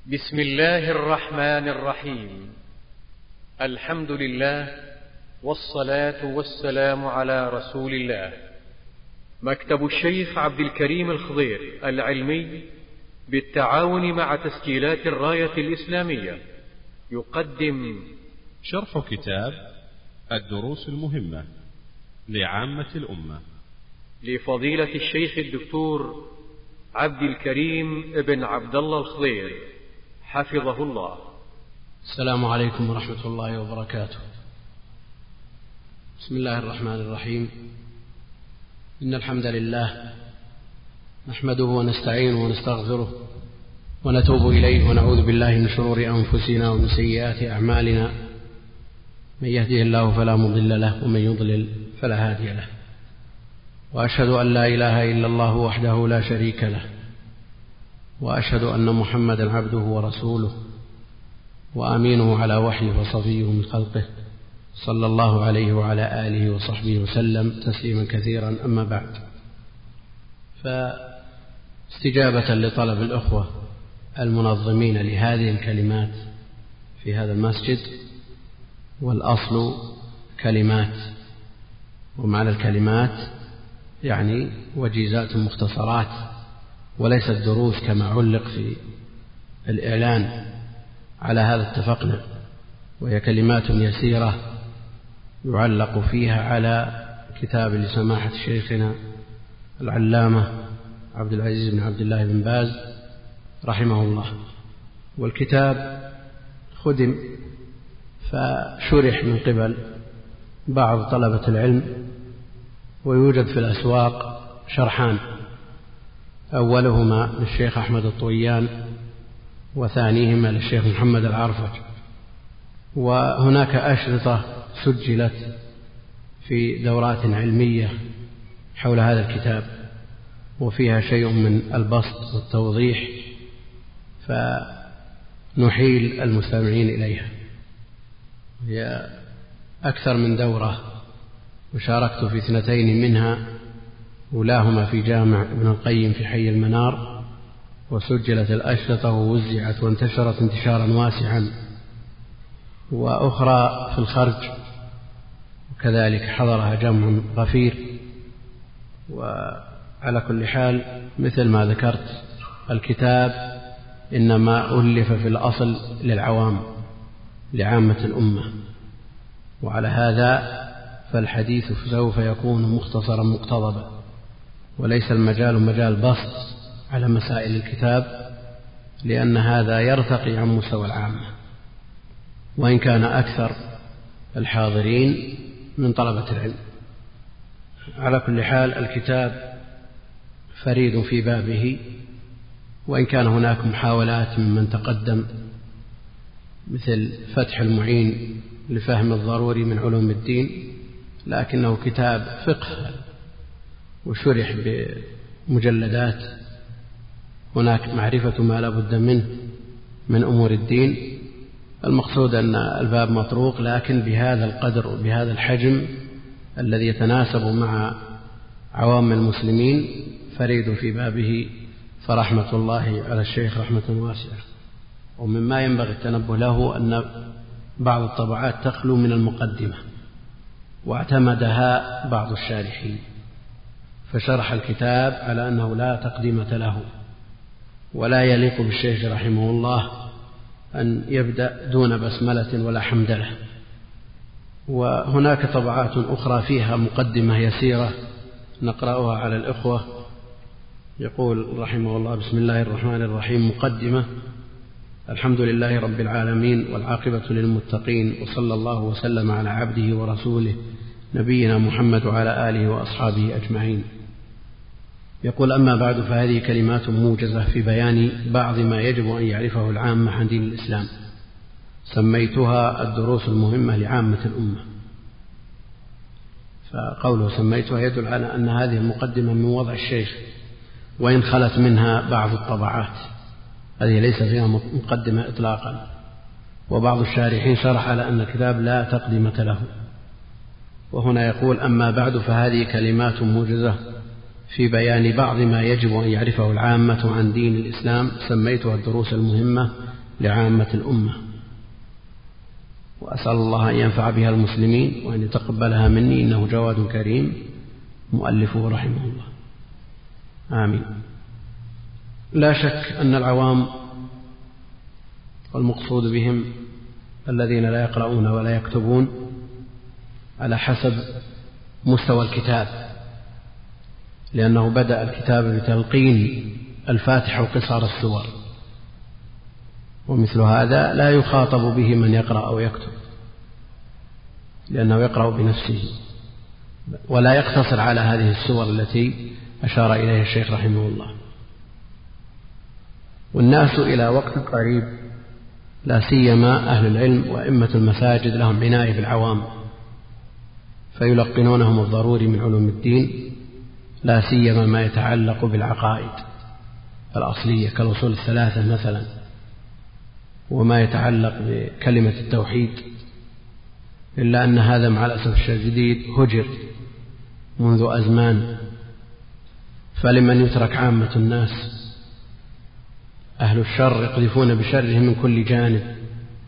بسم الله الرحمن الرحيم. الحمد لله والصلاة والسلام على رسول الله. مكتب الشيخ عبد الكريم الخضير العلمي بالتعاون مع تسجيلات الراية الإسلامية يقدم شرح كتاب الدروس المهمة لعامة الأمة لفضيلة الشيخ الدكتور عبد الكريم بن عبد الله الخضير حفظه الله. السلام عليكم ورحمة الله وبركاته. بسم الله الرحمن الرحيم. إن الحمد لله نحمده ونستعينه ونستغفره ونتوب إليه ونعوذ بالله من شرور أنفسنا ومن سيئات أعمالنا. من يهده الله فلا مضل له ومن يضلل فلا هادي له. وأشهد أن لا إله إلا الله وحده لا شريك له، وأشهد أن محمدا عبده ورسوله وأمينه على وحيه وصفيه من خلقه، صلى الله عليه وعلى آله وصحبه وسلم تسليما كثيرا. أما بعد، فاستجابة لطلب الأخوة المنظمين لهذه الكلمات في هذا المسجد، والأصل كلمات، ومعنى الكلمات يعني وجيزات مختصرات وليست دروس كما علق في الإعلان. على هذا اتفقنا، وهي كلمات يسيرة يعلق فيها على كتاب لسماحة شيخنا العلامة عبد العزيز بن عبد الله بن باز رحمه الله. والكتاب خدم فشرح من قبل بعض طلبة العلم، ويوجد في الأسواق شرحان، أولهما للشيخ أحمد الطويان وثانيهما للشيخ محمد العرفج. وهناك أشرطة سجلت في دورات علمية حول هذا الكتاب، وفيها شيء من البسط والتوضيح، فنحيل المستمعين إليها. هي أكثر من دورة، وشاركت في 2 منها، أولاهما في جامع ابن القيم في حي المنار، وسجلت الأشرطة ووزعت وانتشرت انتشارا واسعا، وأخرى في الخرج وكذلك حضرها جمع غفير. وعلى كل حال مثل ما ذكرت، الكتاب إنما ألف في الأصل للعوام لعامة الأمة، وعلى هذا فالحديث سوف يكون مختصرا مقتضبا، وليس المجال مجال بسط على مسائل الكتاب، لأن هذا يرتقي عن مستوى العامة، وإن كان أكثر الحاضرين من طلبة العلم. على كل حال الكتاب فريد في بابه، وإن كان هناك محاولات ممن تقدم مثل فتح المعين لفهم الضروري من علوم الدين، لكنه كتاب فقه وشرح بمجلدات. هناك معرفة ما لا بد منه من أمور الدين. المقصود أن الباب مطروق، لكن بهذا القدر وبهذا الحجم الذي يتناسب مع عوام المسلمين، فريد في بابه، فرحمة الله على الشيخ رحمة واسعة. ومما ينبغي التنبه له أن بعض الطبعات تخلو من المقدمة، واعتمدها بعض الشارحين، فشرح الكتاب على أنه لا تقدمة له، ولا يليق بالشيخ رحمه الله أن يبدأ دون بسملة ولا حمدلة. وهناك طبعات أخرى فيها مقدمة يسيرة نقرأها على الإخوة. يقول رحمه الله: بسم الله الرحمن الرحيم. مقدمة. الحمد لله رب العالمين، والعاقبة للمتقين، وصلى الله وسلم على عبده ورسوله نبينا محمد وعلى آله وأصحابه أجمعين. يقول: أما بعد، فهذه كلمات موجزة في بيان بعض ما يجب أن يعرفه العامة عن دين الإسلام، سميتها الدروس المهمة لعامة الأمة. فقوله سميتها يدل على أن هذه المقدمة من وضع الشيخ، وإن خلت منها بعض الطبعات، هذه ليس فيها مقدمة إطلاقا. وبعض الشارحين شرح على أن الكتاب لا تقدمة له. وهنا يقول: أما بعد، فهذه كلمات موجزة في بيان بعض ما يجب أن يعرفه العامة عن دين الإسلام، سميتها الدروس المهمة لعامة الأمة، وأسأل الله أن ينفع بها المسلمين وأن يتقبلها مني، إنه جواد كريم مؤلفه رحمه الله. آمين. لا شك أن العوام والمقصود بهم الذين لا يقرؤون ولا يكتبون على حسب مستوى الكتاب، لأنه بدأ الكتاب بتلقين الفاتحة وقصار السور، ومثل هذا لا يخاطب به من يقرأ أو يكتب، لأنه يقرأ بنفسه ولا يقتصر على هذه السور التي أشار إليها الشيخ رحمه الله. والناس إلى وقت قريب لا سيما أهل العلم وأئمة المساجد لهم عناية بالعوام، فيلقنونهم الضروري من علوم الدين، لا سيما ما يتعلق بالعقائد الأصلية كالأصول الثلاثة مثلا، وما يتعلق بكلمة التوحيد، إلا أن هذا مع الأسف الشديد هجر منذ أزمان، فلمن يترك عامة الناس. أهل الشر يقذفون بشره من كل جانب،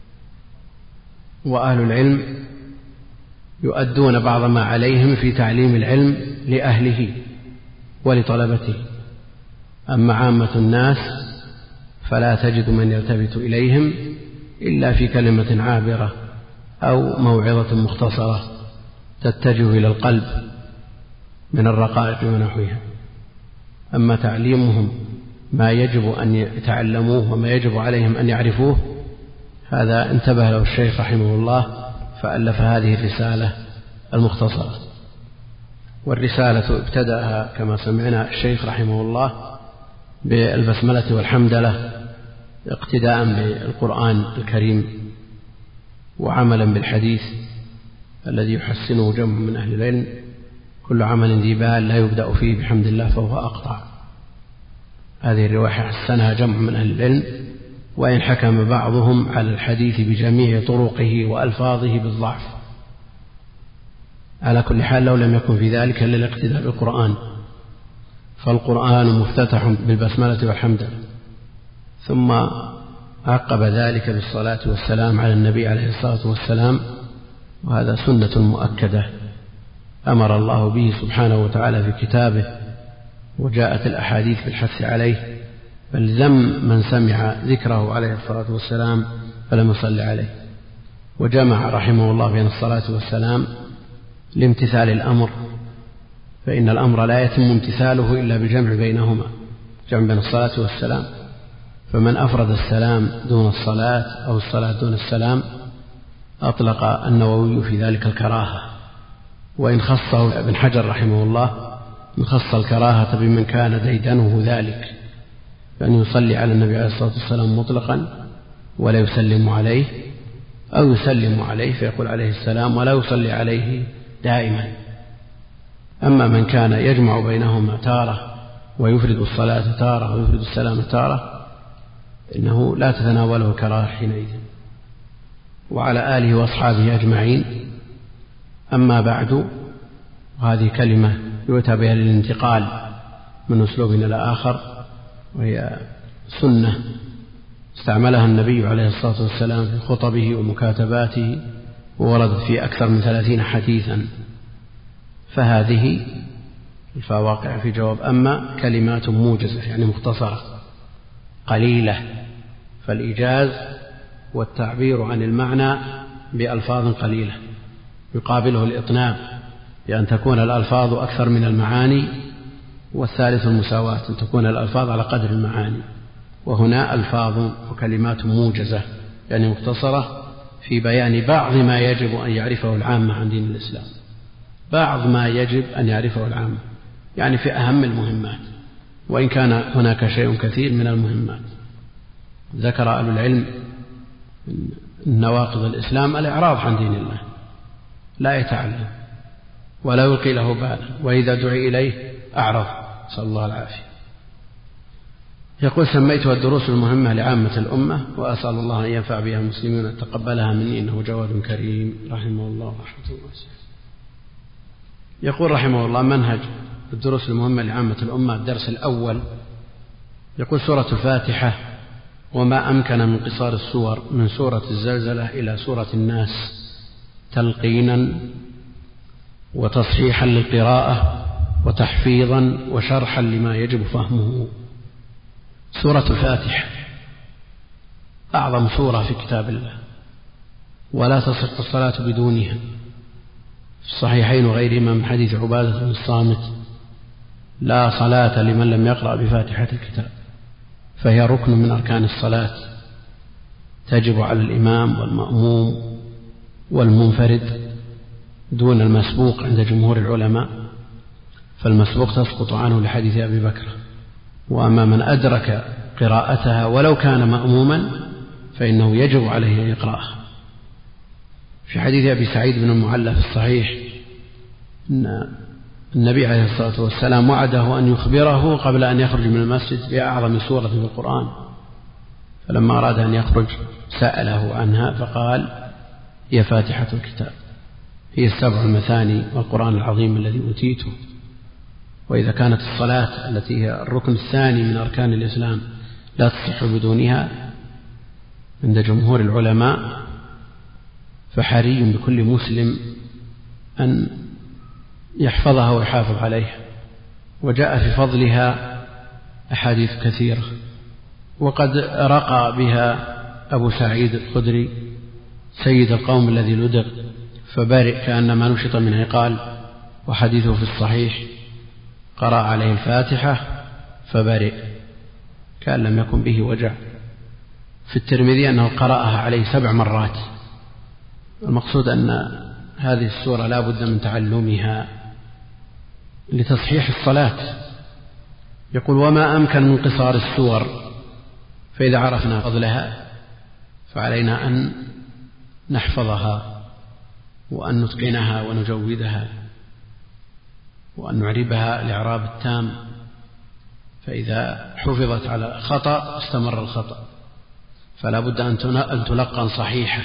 وأهل العلم يؤدون بعض ما عليهم في تعليم العلم لأهله ولطلبته. أما عامة الناس فلا تجد من يلتفت إليهم إلا في كلمة عابرة أو موعظة مختصرة تتجه إلى القلب من الرقائق ونحوها. أما تعليمهم ما يجب أن يتعلموه وما يجب عليهم أن يعرفوه، هذا انتبه له الشيخ رحمه الله فألف هذه الرسالة المختصرة. والرسالة ابتدأها كما سمعنا الشيخ رحمه الله بالبسملة والحمدلة اقتداء بالقرآن الكريم وعملا بالحديث الذي يحسنه جمع من أهل العلم: كل عمل ذي بال لا يبدأ فيه بحمد الله فهو أقطع. هذه الرواية حسنها جمع من أهل العلم، وإن حكم بعضهم على الحديث بجميع طرقه وألفاظه بالضعف. على كل حال لو لم يكن في ذلك إلا الاقتداء بالقرآن، فالقرآن مفتتح بالبسملة والحمد، ثم عقب ذلك بالصلاة والسلام على النبي عليه الصلاة والسلام، وهذا سنة مؤكدة أمر الله به سبحانه وتعالى في كتابه، وجاءت الأحاديث بالحث عليه، بل ذم من سمع ذكره عليه الصلاة والسلام فلم يصلي عليه. وجمع رحمه الله بين الصلاة والسلام لامتثال الأمر، فإن الأمر لا يتم امتثاله إلا بالجمع بينهما، جمع بين الصلاة والسلام. فمن أفرد السلام دون الصلاة أو الصلاة دون السلام أطلق النووي في ذلك الكراهة، وإن خصه ابن حجر رحمه الله خص الكراهة بمن كان ديدنه ذلك، بأن يصلي على النبي عليه الصلاة والسلام مطلقا ولا يسلم عليه، أو يسلم عليه فيقول عليه السلام ولا يصلي عليه دائما. أما من كان يجمع بينهما تارة ويفرد الصلاة تارة ويفرد السلام تارة، إنه لا تتناوله الكراهة حينئذ. وعلى آله وأصحابه أجمعين. أما بعد، هذه كلمة يؤتى بها للانتقال من أسلوب إلى آخر، وهي سنة استعملها النبي عليه الصلاة والسلام في خطبه ومكاتباته، ووردت في أكثر من 30 حديثا، فهذه الفواقع في جواب. أما كلمات موجزة يعني مختصرة قليلة، فالإيجاز والتعبير عن المعنى بألفاظ قليلة يقابله الإطناب بأن تكون الألفاظ أكثر من المعاني، والثالث المساواة أن تكون الألفاظ على قدر المعاني. وهنا ألفاظ وكلمات موجزة يعني مختصرة في بيان بعض ما يجب أن يعرفه العامة عن دين الإسلام، بعض ما يجب أن يعرفه العامة يعني في أهم المهمات، وإن كان هناك شيء كثير من المهمات. ذكر أهل العلم من نواقض الإسلام الإعراض عن دين الله، لا يتعلم ولا يلقي له بالا، وإذا دعي إليه أعرض، نسأل الله العافية. يقول: سميتها الدروس المهمة لعامة الأمة، وأسأل الله أن ينفع بها المسلمين وأن يتقبلها مني، إنه جواد كريم رحمه الله رحمة الله. يقول رحمه الله: منهج الدروس المهمة لعامة الأمة. الدرس الأول يقول: سورة الفاتحة وما أمكن من قصار السور من سورة الزلزلة إلى سورة الناس تلقينا وتصحيحا للقراءة وتحفيظا وشرحا لما يجب فهمه. سورة الفاتحة أعظم سورة في كتاب الله، ولا تصح الصلاة بدونها. في الصحيحين وغيرهما من حديث عبادة بن الصامت: لا صلاة لمن لم يقرأ بفاتحة الكتاب، فهي ركن من أركان الصلاة، تجب على الإمام والمأموم والمنفرد دون المسبوق عند جمهور العلماء، فالمسبوق تسقط عنه لحديث أبي بكر. وأما من أدرك قراءتها ولو كان مأموما فإنه يجب عليه أن يقرأها. في حديث أبي سعيد بن المعلى في الصحيح أن النبي عليه الصلاة والسلام وعده أن يخبره قبل أن يخرج من المسجد بأعظم سورة في القرآن، فلما أراد أن يخرج سأله عنها فقال: هي فاتحة الكتاب، هي السبع المثاني والقرآن العظيم الذي أوتيته. وإذا كانت الصلاة التي هي الركن الثاني من أركان الإسلام لا تصح بدونها عند جمهور العلماء، فحري بكل مسلم أن يحفظها ويحافظ عليها. وجاء في فضلها أحاديث كثيرة، وقد رقى بها أبو سعيد الخدري سيد القوم الذي لدغ فبرئ كأنما نشط من عقال، وحديثه في الصحيح: قرأ عليه الفاتحة فبرئ كأن لم يكن به وجع. في الترمذي أنه قرأها عليه 7 مرات. المقصود أن هذه السورة لا بد من تعلمها لتصحيح الصلاة. يقول: وما أمكن من قصار السور، فإذا عرفنا فضلها فعلينا أن نحفظها وأن نتقنها ونجودها وأن نعربها الإعراب التام، فإذا حفظت على خطأ استمر الخطأ، فلا بد أن تلقن صحيحة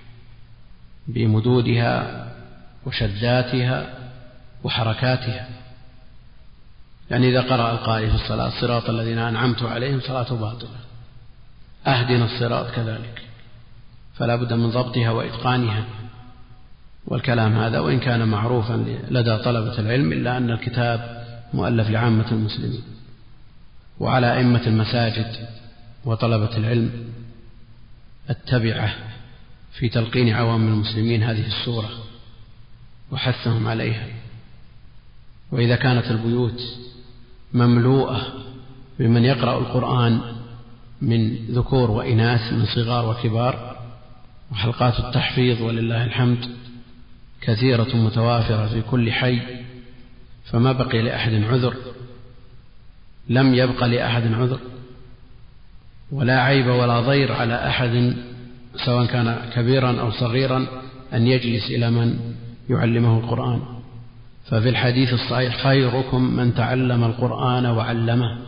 بمدودها وشداتها وحركاتها. يعني إذا قرأ القارئ في الصلاة: صراط الذين أنعمت عليهم، صلاة باطلة. أهدنا الصراط كذلك، فلا بد من ضبطها وإتقانها. والكلام هذا وإن كان معروفا لدى طلبة العلم إلا أن الكتاب مؤلف لعامة المسلمين، وعلى أئمة المساجد وطلبة العلم التبعة في تلقين عوام المسلمين هذه السورة وحثهم عليها. وإذا كانت البيوت مملوءة بمن يقرأ القرآن من ذكور وإناث، من صغار وكبار، وحلقات التحفيظ ولله الحمد كثيرة متوافرة في كل حي، فما بقي لأحد عذر، لم يبق لأحد عذر ولا عيب ولا ضير على أحد سواء كان كبيرا أو صغيرا أن يجلس إلى من يعلمه القرآن. ففي الحديث الصحيح: خيركم من تعلم القرآن وعلمه.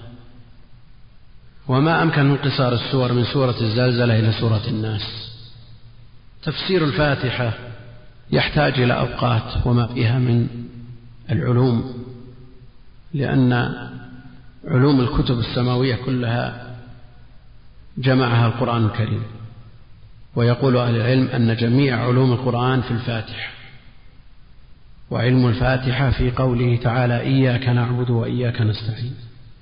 وما أمكن من قصار السور من سورة الزلزلة إلى سورة الناس. تفسير الفاتحة يحتاج إلى أوقات وما فيها من العلوم، لأن علوم الكتب السماوية كلها جمعها القرآن الكريم. ويقول أهل العلم أن جميع علوم القرآن في الفاتحة، وعلم الفاتحة في قوله تعالى: إياك نعبد وإياك نستعين.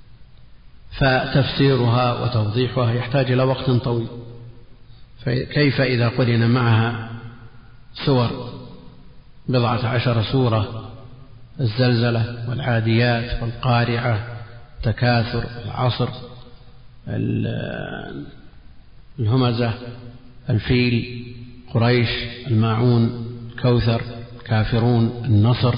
فتفسيرها وتوضيحها يحتاج إلى وقت طويل، فكيف إذا قرن معها سور 14 سورة: الزلزلة والعاديات والقارعة، تكاثر، العصر، الهمزة، الفيل، قريش، الماعون، كوثر، كافرون، النصر،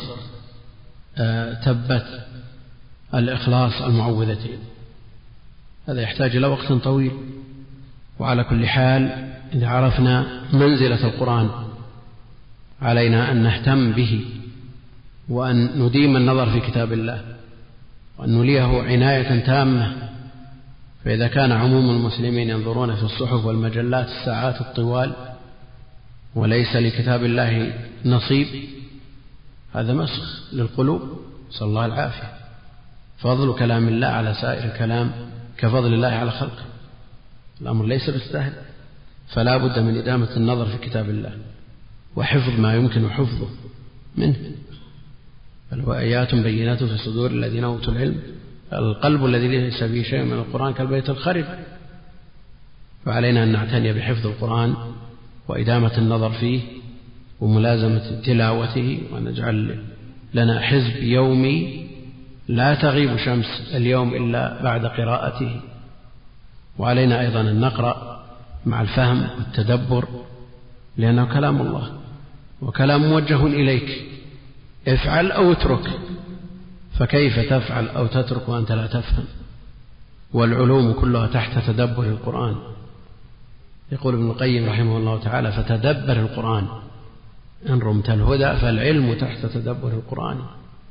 تبت، الإخلاص، المعوذتين. هذا يحتاج إلى وقت طويل. وعلى كل حال إذا عرفنا منزلة القرآن علينا أن نهتم به وأن نديم النظر في كتاب الله وأن نوليه عناية تامة. فإذا كان عموم المسلمين ينظرون في الصحف والمجلات الساعات الطوال وليس لكتاب الله نصيب، هذا مسخ للقلوب، صلى الله العافية. فضل كلام الله على سائر الكلام كفضل الله على خلقه. الأمر ليس بالسهل، فلا بد من إدامة النظر في كتاب الله وحفظ ما يمكن حفظه منه، بل هو آيات بينات في صدور الذين أوتوا العلم. القلب الذي ليس فيه شيء من القرآن كالبيت الخرب، فعلينا أن نعتني بحفظ القرآن وإدامة النظر فيه وملازمة تلاوته، ونجعل لنا حزب يومي لا تغيب شمس اليوم إلا بعد قراءته. وعلينا أيضا أن نقرأ مع الفهم والتدبر، لأنه كلام الله وكلام موجه إليك، افعل أو اترك، فكيف تفعل أو تترك وأنت لا تفهم؟ والعلوم كلها تحت تدبر القرآن. يقول ابن القيم رحمه الله تعالى: فتدبر القرآن إن رمت الهدى، فالعلم تحت تدبر القرآن.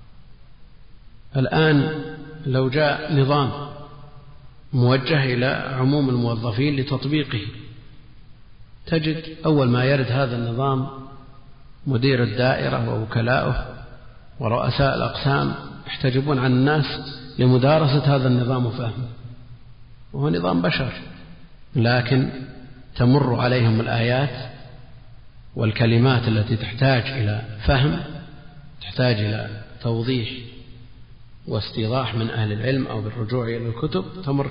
الآن لو جاء نظام موجه إلى عموم الموظفين لتطبيقه، تجد أول ما يرد هذا النظام مدير الدائرة ووكلاؤه ورؤساء الأقسام يحتجبون عن الناس لمدارسة هذا النظام وفهمه، وهو نظام بشر، لكن تمر عليهم الآيات والكلمات التي تحتاج إلى فهم، تحتاج إلى توضيح واستيضاح من أهل العلم أو بالرجوع إلى الكتب، تمر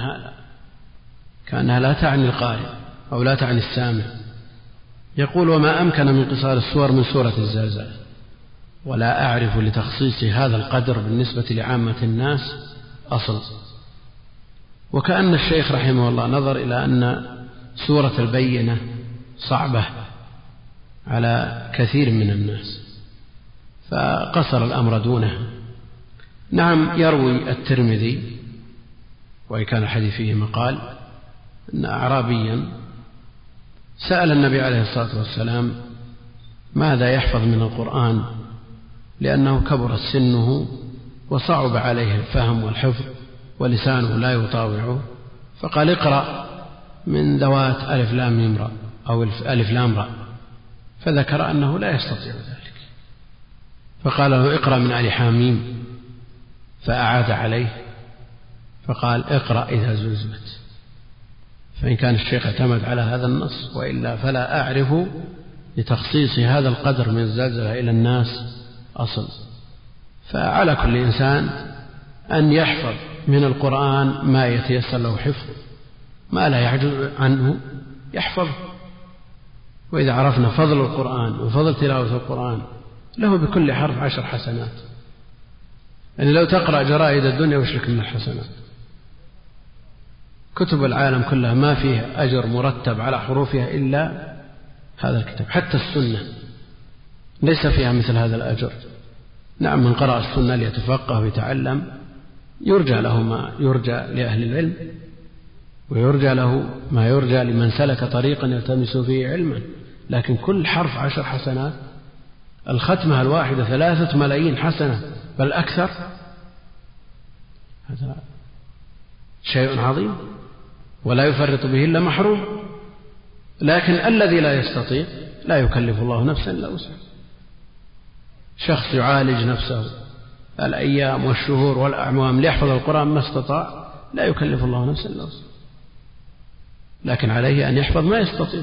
كأنها لا تعني القارئ أو لا تعني السامع. يقول: وما أمكن من قصار السور من سورة الزلزلة، ولا أعرف لتخصيص هذا القدر بالنسبة لعامة الناس أصل. وكأن الشيخ رحمه الله نظر إلى أن سورة البينة صعبة على كثير من الناس فقصر الأمر دونه. نعم، يروي الترمذي وإن كان الحديث فيه مقال أن أعرابيا سأل النبي عليه الصلاة والسلام ماذا يحفظ من القرآن، لأنه كبرت سنه وصعب عليه الفهم والحفظ ولسانه لا يطاوعه، فقال: اقرأ من ذوات ألف لام ميم را أو ألف لام را، فذكر أنه لا يستطيع ذلك، فقال له: اقرأ من ألف حاميم، فأعاد عليه فقال: اقرأ إذا زلزلت. فإن كان الشيخ اعتمد على هذا النص، وإلا فلا أعرف لتخصيص هذا القدر من الزلزلة إلى الناس أصل. فعلى كل إنسان أن يحفظ من القرآن ما يتيسر له حفظه، ما لا يعجز عنه يحفظه. وإذا عرفنا فضل القرآن وفضل تلاوة القرآن، له بكل حرف 10 حسنات. يعني لو تقرأ جرائد الدنيا وش لك من الحسنات؟ كتب العالم كلها ما فيها أجر مرتب على حروفها إلا هذا الكتاب، حتى السنة ليس فيها مثل هذا الأجر. نعم، من قرأ السنة ليتفقه ويتعلم يرجى له ما يرجى لأهل العلم، ويرجى له ما يرجى لمن سلك طريقا يلتمس فيه علما، لكن كل حرف 10 حسنات، الختمة الواحدة 3 ملايين حسنة بل أكثر، هذا شيء عظيم ولا يفرط به إلا محروم. لكن الذي لا يستطيع لا يكلف الله نفسا إلا وسعها. شخص يعالج نفسه الأيام والشهور والأعوام ليحفظ القرآن ما استطاع، لا يكلف الله نفسا إلا وسعها، لكن عليه أن يحفظ ما يستطيع.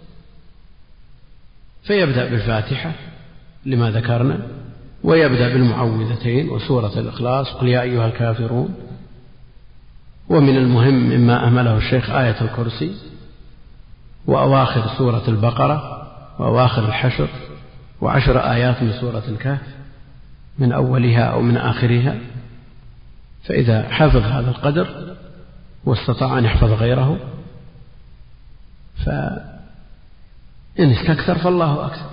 فيبدأ بالفاتحة لما ذكرنا، ويبدأ بالمعوذتين وسورة الإخلاص قل يا أيها الكافرون، ومن المهم مما أهمله الشيخ آية الكرسي وأواخر سورة البقرة وأواخر الحشر و10 آيات من سورة الكهف من أولها أو من آخرها. فإذا حفظ هذا القدر واستطاع أن يحفظ غيره، فإن استكثر فالله أكثر.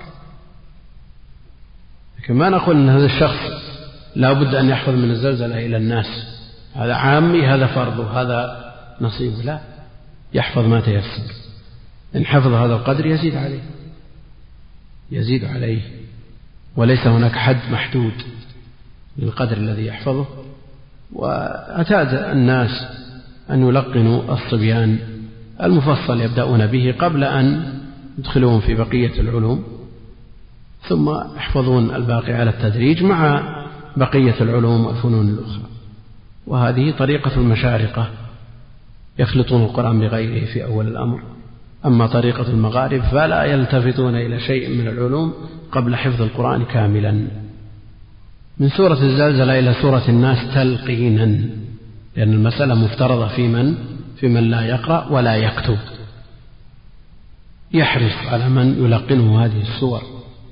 لكن ما نقول أن هذا الشخص لا بد أن يحفظ من الزلزلة إلى الناس، هذا عامي، هذا فرضه، هذا نصيبه. لا، يحفظ ما تيسر. إن حفظ هذا القدر يزيد عليه، وليس هناك حد محدود للقدر الذي يحفظه. وأعتاد الناس أن يلقنوا الصبيان المفصل يبدأون به قبل أن يدخلون في بقية العلوم، ثم يحفظون الباقي على التدريج مع بقية العلوم والفنون الأخرى. وهذه طريقة المشارقة يخلطون القرآن بغيره في أول الأمر. أما طريقة المغارب فلا يلتفتون إلى شيء من العلوم قبل حفظ القرآن كاملا. من سورة الزلزلة إلى سورة الناس تلقينا، لأن المسألة مفترضة في من لا يقرأ ولا يكتب. يحرص على من يلقنه هذه السور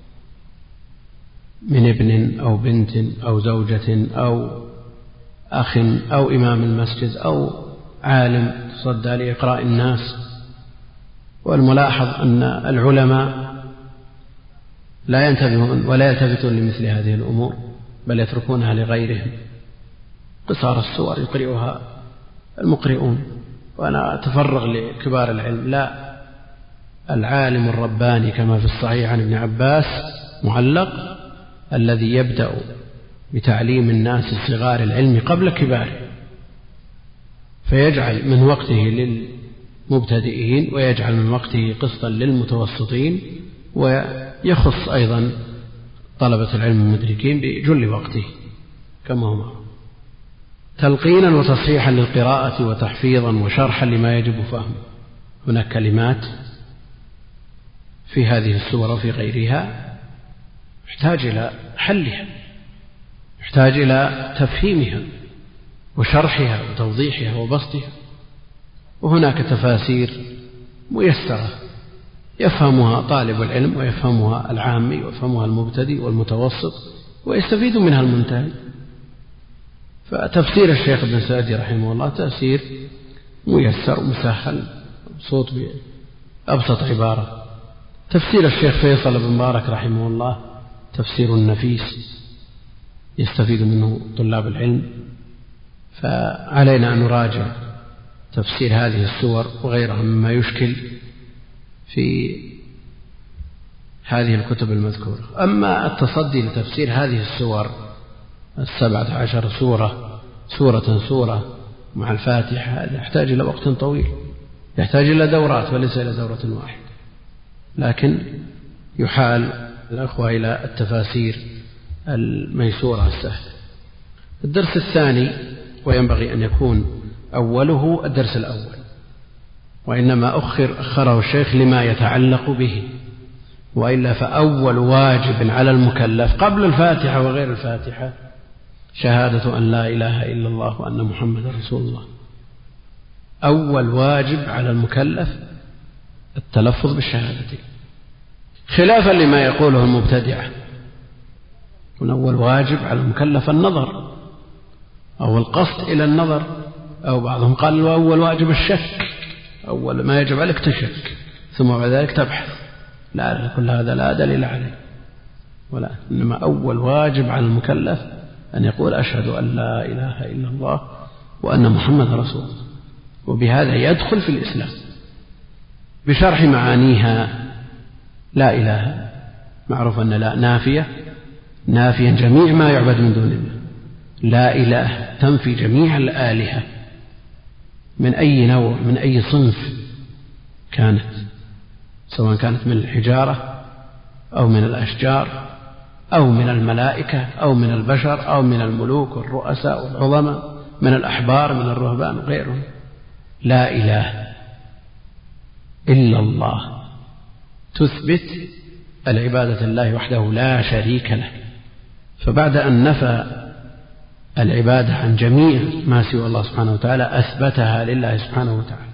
من ابن أو بنت أو زوجة أو أخ أو إمام المسجد أو عالم تصدى لإقراء الناس. والملاحظ أن العلماء لا ينتبهون ولا يلتفتون لمثل هذه الأمور، بل يتركونها لغيرهم. قصار السور يقرئها المقرئون، وأنا أتفرغ لكبار العلم. لا، العالم الرباني كما في الصحيح عن ابن عباس معلق الذي يبدأ بتعليم الناس صغار العلم قبل كباره، فيجعل من وقته للمبتدئين ويجعل من وقته قسطا للمتوسطين، ويخص أيضا طلبة العلم المدركين بجل وقته كما هو، تلقينا وتصحيحا للقراءة وتحفيظا وشرحا لما يجب فهمه. هناك كلمات في هذه السورة وفي غيرها يحتاج إلى حلها، يحتاج إلى تفهيمها وشرحها وتوضيحها وبسطها. وهناك تفاسير ميسرة يفهمها طالب العلم ويفهمها العامي ويفهمها المبتدئ والمتوسط ويستفيد منها المنتهي. فتفسير الشيخ ابن سعدي رحمه الله تفسير ميسر مسهل صوت بأبسط عبارة. تفسير الشيخ فيصل بن مبارك رحمه الله تفسير نفيس يستفيد منه طلاب العلم. فعلينا أن نراجع تفسير هذه السور وغيرها مما يشكل في هذه الكتب المذكورة. أما التصدي لتفسير هذه السور 17 سورة مع الفاتحة هذا يحتاج إلى وقت طويل، يحتاج إلى دورات وليس إلى دورة واحدة، لكن يحال الأخوة إلى التفاسير الميسورة السهلة. الدرس الثاني، وينبغي أن يكون أوله الدرس الأول، وإنما أخره الشيخ لما يتعلق به، وإلا فأول واجب على المكلف قبل الفاتحة وغير الفاتحة شهادة أن لا إله إلا الله وأن محمد رسول الله. أول واجب على المكلف التلفظ بالشهادتين، خلافا لما يقوله المبتدعة. أول واجب على المكلف النظر أو القصد إلى النظر، أو بعضهم قال أول واجب الشك، أول ما يجب عليك تشك ثم بعد ذلك تبحث. لا، كل هذا لا دليل عليه، ولا، إنما أول واجب على المكلف أن يقول أشهد أن لا إله إلا الله وأن محمد رسول الله، وبهذا يدخل في الإسلام بشرح معانيها. لا إله معروف أن لا نافيا جميع ما يعبد من دون الله، لا إله تنفي جميع الآلهة من أي نوع من أي صنف كانت، سواء كانت من الحجارة أو من الأشجار أو من الملائكة أو من البشر أو من الملوك والرؤساء والعظماء، من الأحبار من الرهبان وغيرهم. لا إله إلا الله تثبت العبادة لله وحده لا شريك له. فبعد أن نفى العبادة عن جميع ما سوى الله سبحانه وتعالى أثبتها لله سبحانه وتعالى.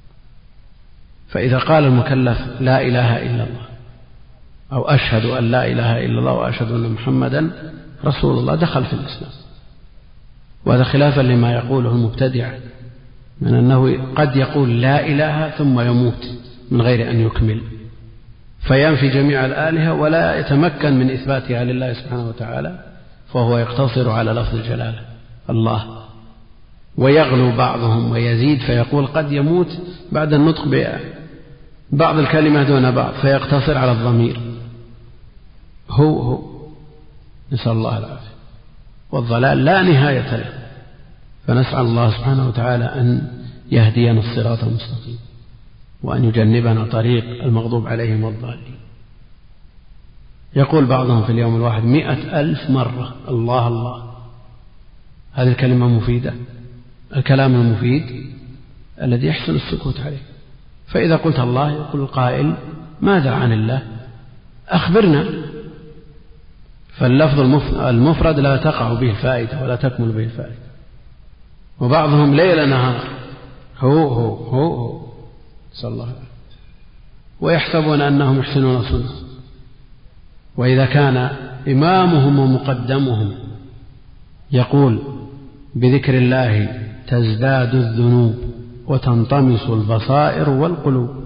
فإذا قال المكلف لا إله إلا الله أو أشهد أن لا إله إلا الله وأشهد أن محمدا رسول الله دخل في الإسلام. وهذا خلافا لما يقوله المبتدع من أنه قد يقول لا إله ثم يموت من غير أن يكمل، فينفي جميع الآلهة ولا يتمكن من إثباتها لله سبحانه وتعالى، فهو يقتصر على لفظ الجلالة الله. ويغلو بعضهم ويزيد فيقول قد يموت بعد النطق بعض الكلمة دون بعض فيقتصر على الضمير. هو نسأل الله العافية. والضلال لا نهاية له، فنسأل الله سبحانه وتعالى أن يهدينا الصراط المستقيم وأن يجنبنا طريق المغضوب عليهم والضالين. يقول بعضهم في اليوم الواحد 100,000 مرة الله الله. هذه الكلمة مفيدة؟ الكلام المفيد الذي يحسن السكوت عليه. فإذا قلت الله يقول القائل ماذا عن الله؟ أخبرنا. فاللفظ المفرد لا تقع به الفائدة ولا تكمل به الفائدة. وبعضهم ليل نهار هو صلى الله عليه وسلم ويحسبون أنهم يحسنون صنعا. وإذا كان إمامهم ومقدمهم يقول بذكر الله تزداد الذنوب وتنطمس البصائر والقلوب،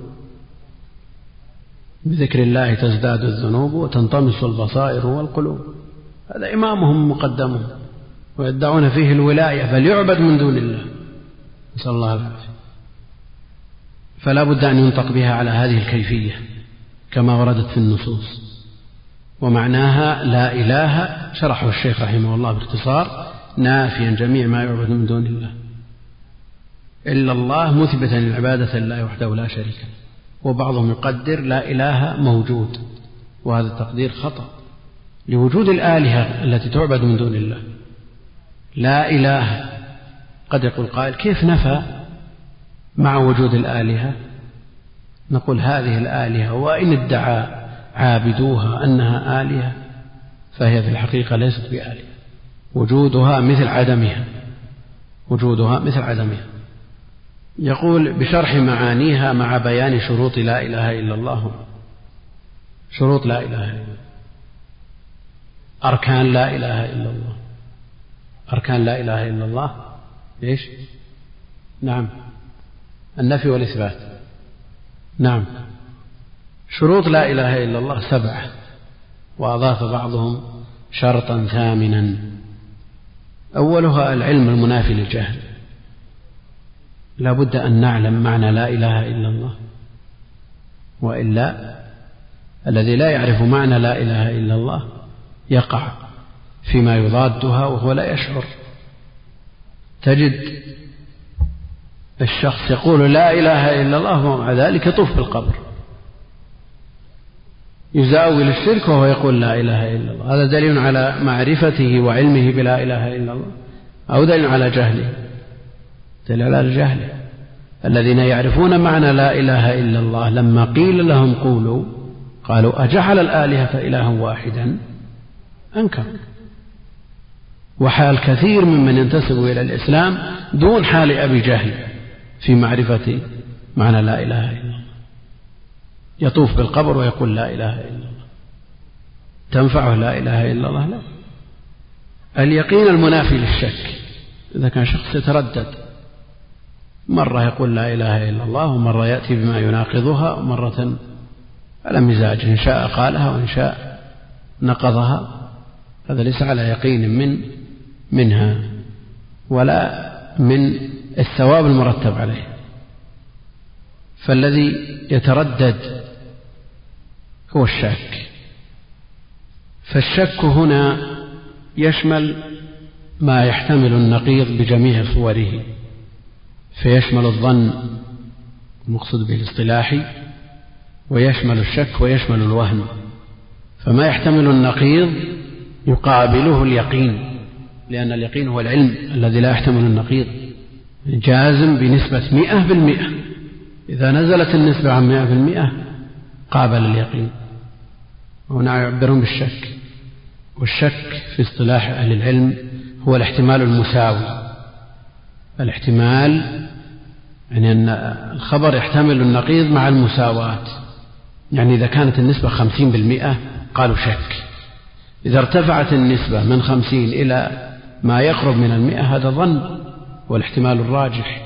بذكر الله تزداد الذنوب وتنطمس البصائر والقلوب، هذا إمامهم ومقدمهم ويدعون فيه الولاية فليعبد من دون الله، نسأل الله العافية. فلا بد أن ينطق بها على هذه الكيفية كما وردت في النصوص. ومعناها لا إله شرحه الشيخ رحمه الله باختصار نافيا جميع ما يعبد من دون الله إلا الله، مثبتا العبادة لله وحده لا شريك له. وبعضهم يقدر لا إله موجود، وهذا التقدير خطأ لوجود الآلهة التي تعبد من دون الله. لا إله قد يقول قائل كيف نفى مع وجود الآلهة؟ نقول هذه الآلهة وإن ادعى عابدوها أنها آلهة فهي في الحقيقة ليست بآلهة، وجودها مثل عدمها، وجودها مثل عدمها. يقول بشرح معانيها مع بيان شروط لا إله إلا الله. شروط لا إله إلا الله، أركان لا إله إلا الله. أركان لا إله إلا الله إيش؟ نعم، النفي والإثبات. نعم، شروط لا إله إلا الله 7، وأضاف بعضهم شرطا ثامنا. أولها العلم المنافي للجهل، لا بد أن نعلم معنى لا إله إلا الله، وإلا الذي لا يعرف معنى لا إله إلا الله يقع فيما يضادها وهو لا يشعر. تجد الشخص يقول لا إله إلا الله ومع ذلك يطوف بالقبر، يزاول الشرك وهو يقول لا إله إلا الله. هذا دليل على معرفته وعلمه بلا إله إلا الله أو دليل على جهله؟ دليل على جهله. الذين يعرفون معنى لا إله إلا الله لما قيل لهم قولوا قالوا أجعل الآلهة إلها واحدا أنكر. وحال كثير ممن ينتسب إلى الإسلام دون حال أبي جهل في معرفة معنى لا إله إلا الله، يطوف بالقبر ويقول لا إله إلا الله. تنفعه لا إله إلا الله؟ لا. اليقين المنافي للشك، إذا كان شخص يتردد مرة يقول لا إله إلا الله ومرة يأتي بما يناقضها ومرة على مزاج، إن شاء قالها وإن شاء نقضها، هذا ليس على يقين منها ولا من الثواب المرتب عليه. فالذي يتردد هو الشك. فالشك هنا يشمل ما يحتمل النقيض بجميع صوره، فيشمل الظن المقصود به الاصطلاحي، ويشمل الشك ويشمل الوهم. فما يحتمل النقيض يقابله اليقين، لأن اليقين هو العلم الذي لا يحتمل النقيض، جازم بنسبة 100%. إذا نزلت النسبة عن 100% قابل اليقين. هنا يعبرون بالشك، والشك في اصطلاح أهل العلم هو الاحتمال المساوي. الاحتمال يعني أن الخبر يحتمل النقيض مع المساواة، يعني إذا كانت النسبة 50% قالوا شك، إذا ارتفعت النسبة من 50 إلى ما يقرب من 100 هذا ظن والاحتمال الراجح.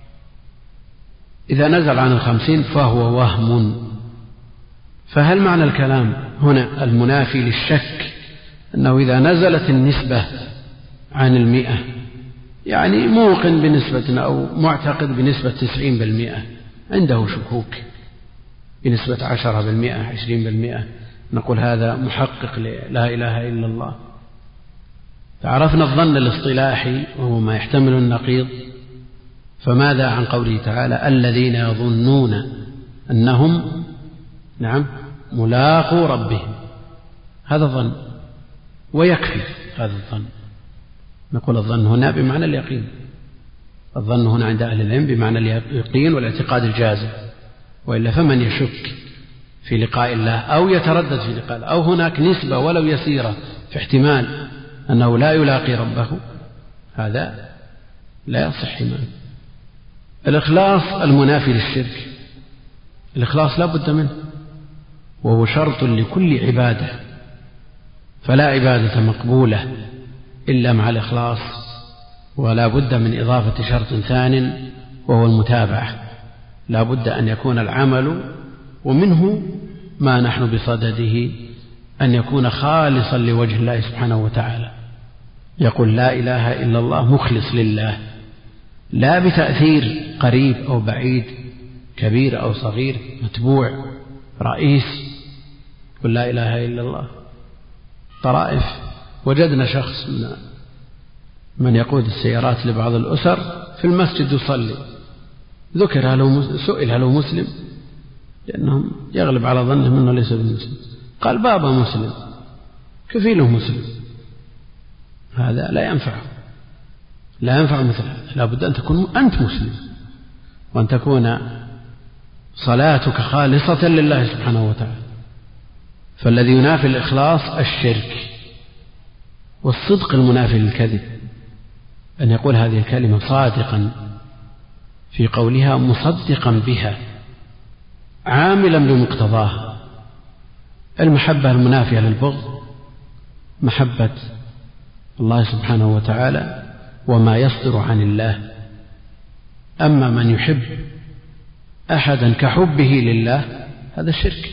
إذا نزل عن 50 فهو وهم. فهل معنى الكلام هنا المنافي للشك أنه إذا نزلت النسبة عن 100 يعني موقن بنسبة أو معتقد بنسبة 90%، عنده شكوك بنسبة 10%، 20%، نقول هذا محقق لا إله إلا الله. فعرفنا الظن الاصطلاحي وهو ما يحتمل النقيض. فماذا عن قوله تعالى الذين يظنون أنهم ملاقو ربهم؟ هذا ظن ويكفي هذا الظن. نقول الظن هنا بمعنى اليقين، الظن هنا عند أهل العلم بمعنى اليقين والاعتقاد الجازم، وإلا فمن يشك في لقاء الله أو يتردد في لقاء الله أو هناك نسبة ولو يسيرة في احتمال أنه لا يلاقي ربه، هذا لا يصح إيمانه. الإخلاص المنافي للشرك، الإخلاص لا بد منه، وهو شرط لكل عبادة، فلا عبادة مقبولة إلا مع الإخلاص، ولا بد من إضافة شرط ثان وهو المتابعة. لا بد أن يكون العمل، ومنه ما نحن بصدده، أن يكون خالصا لوجه الله سبحانه وتعالى. يقول لا إله إلا الله مخلص لله، لا بتأثير قريب أو بعيد، كبير أو صغير، متبوع، رئيس، قل لا إله إلا الله. طرائف وجدنا شخص من يقود السيارات لبعض الأسر في المسجد يصلي، سئل هل هو مسلم، لأنهم يغلب على ظنهم أنه ليس بمسلم، قال بابا مسلم، كفيله مسلم. هذا لا ينفع مثل هذا. لا بد أن تكون أنت مسلم، وأن تكون صلاتك خالصة لله سبحانه وتعالى. فالذي ينافي الإخلاص الشرك، والصدق المنافي للكذب، أن يقول هذه الكلمة صادقا في قولها، مصدقا بها، عاملا بمقتضاها. المحبة المنافية للبغض محبة الله سبحانه وتعالى وما يصدر عن الله. أما من يحب أحدا كحبه لله هذا شرك،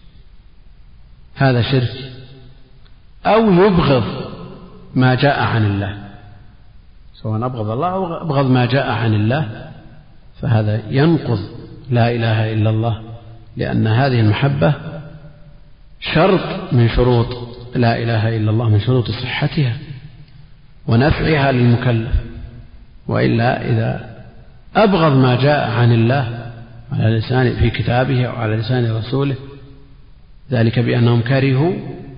أو يبغض ما جاء عن الله، سواء أبغض الله أو أبغض ما جاء عن الله، فهذا ينقض لا إله إلا الله، لأن هذه المحبة شرط من شروط لا إله إلا الله، من شروط صحتها ونفعها للمكلف. وإلا إذا أبغض ما جاء عن الله على لسان في كتابه أو على لسان رسوله، ذلك بأنهم كرهوا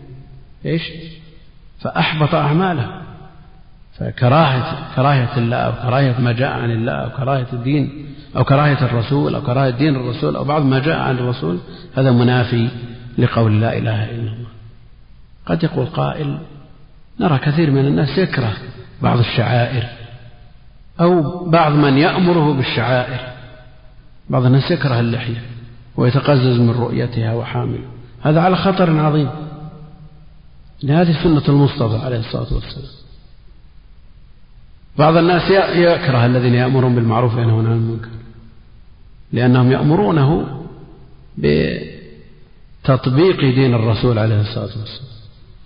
فأحبط أعماله. فكراهية الله أو كراهية ما جاء عن الله أو كراهية الدين أو كراهية الرسول أو كراهية دين الرسول أو بعض ما جاء عن الرسول، هذا منافي لقول لا إله إلا الله. قد يقول قائل نرى كثير من الناس يكره بعض الشعائر، أو بعض من يأمره بالشعائر، بعض الناس يكره اللحية ويتقزز من رؤيتها وحامله، هذا على خطر عظيم، لهذه سنة المصطفى عليه الصلاة والسلام. بعض الناس يكره الذين يأمرون بالمعروف وينهون عن المنكر، لأنهم يأمرونه بتطبيق دين الرسول عليه الصلاة والسلام،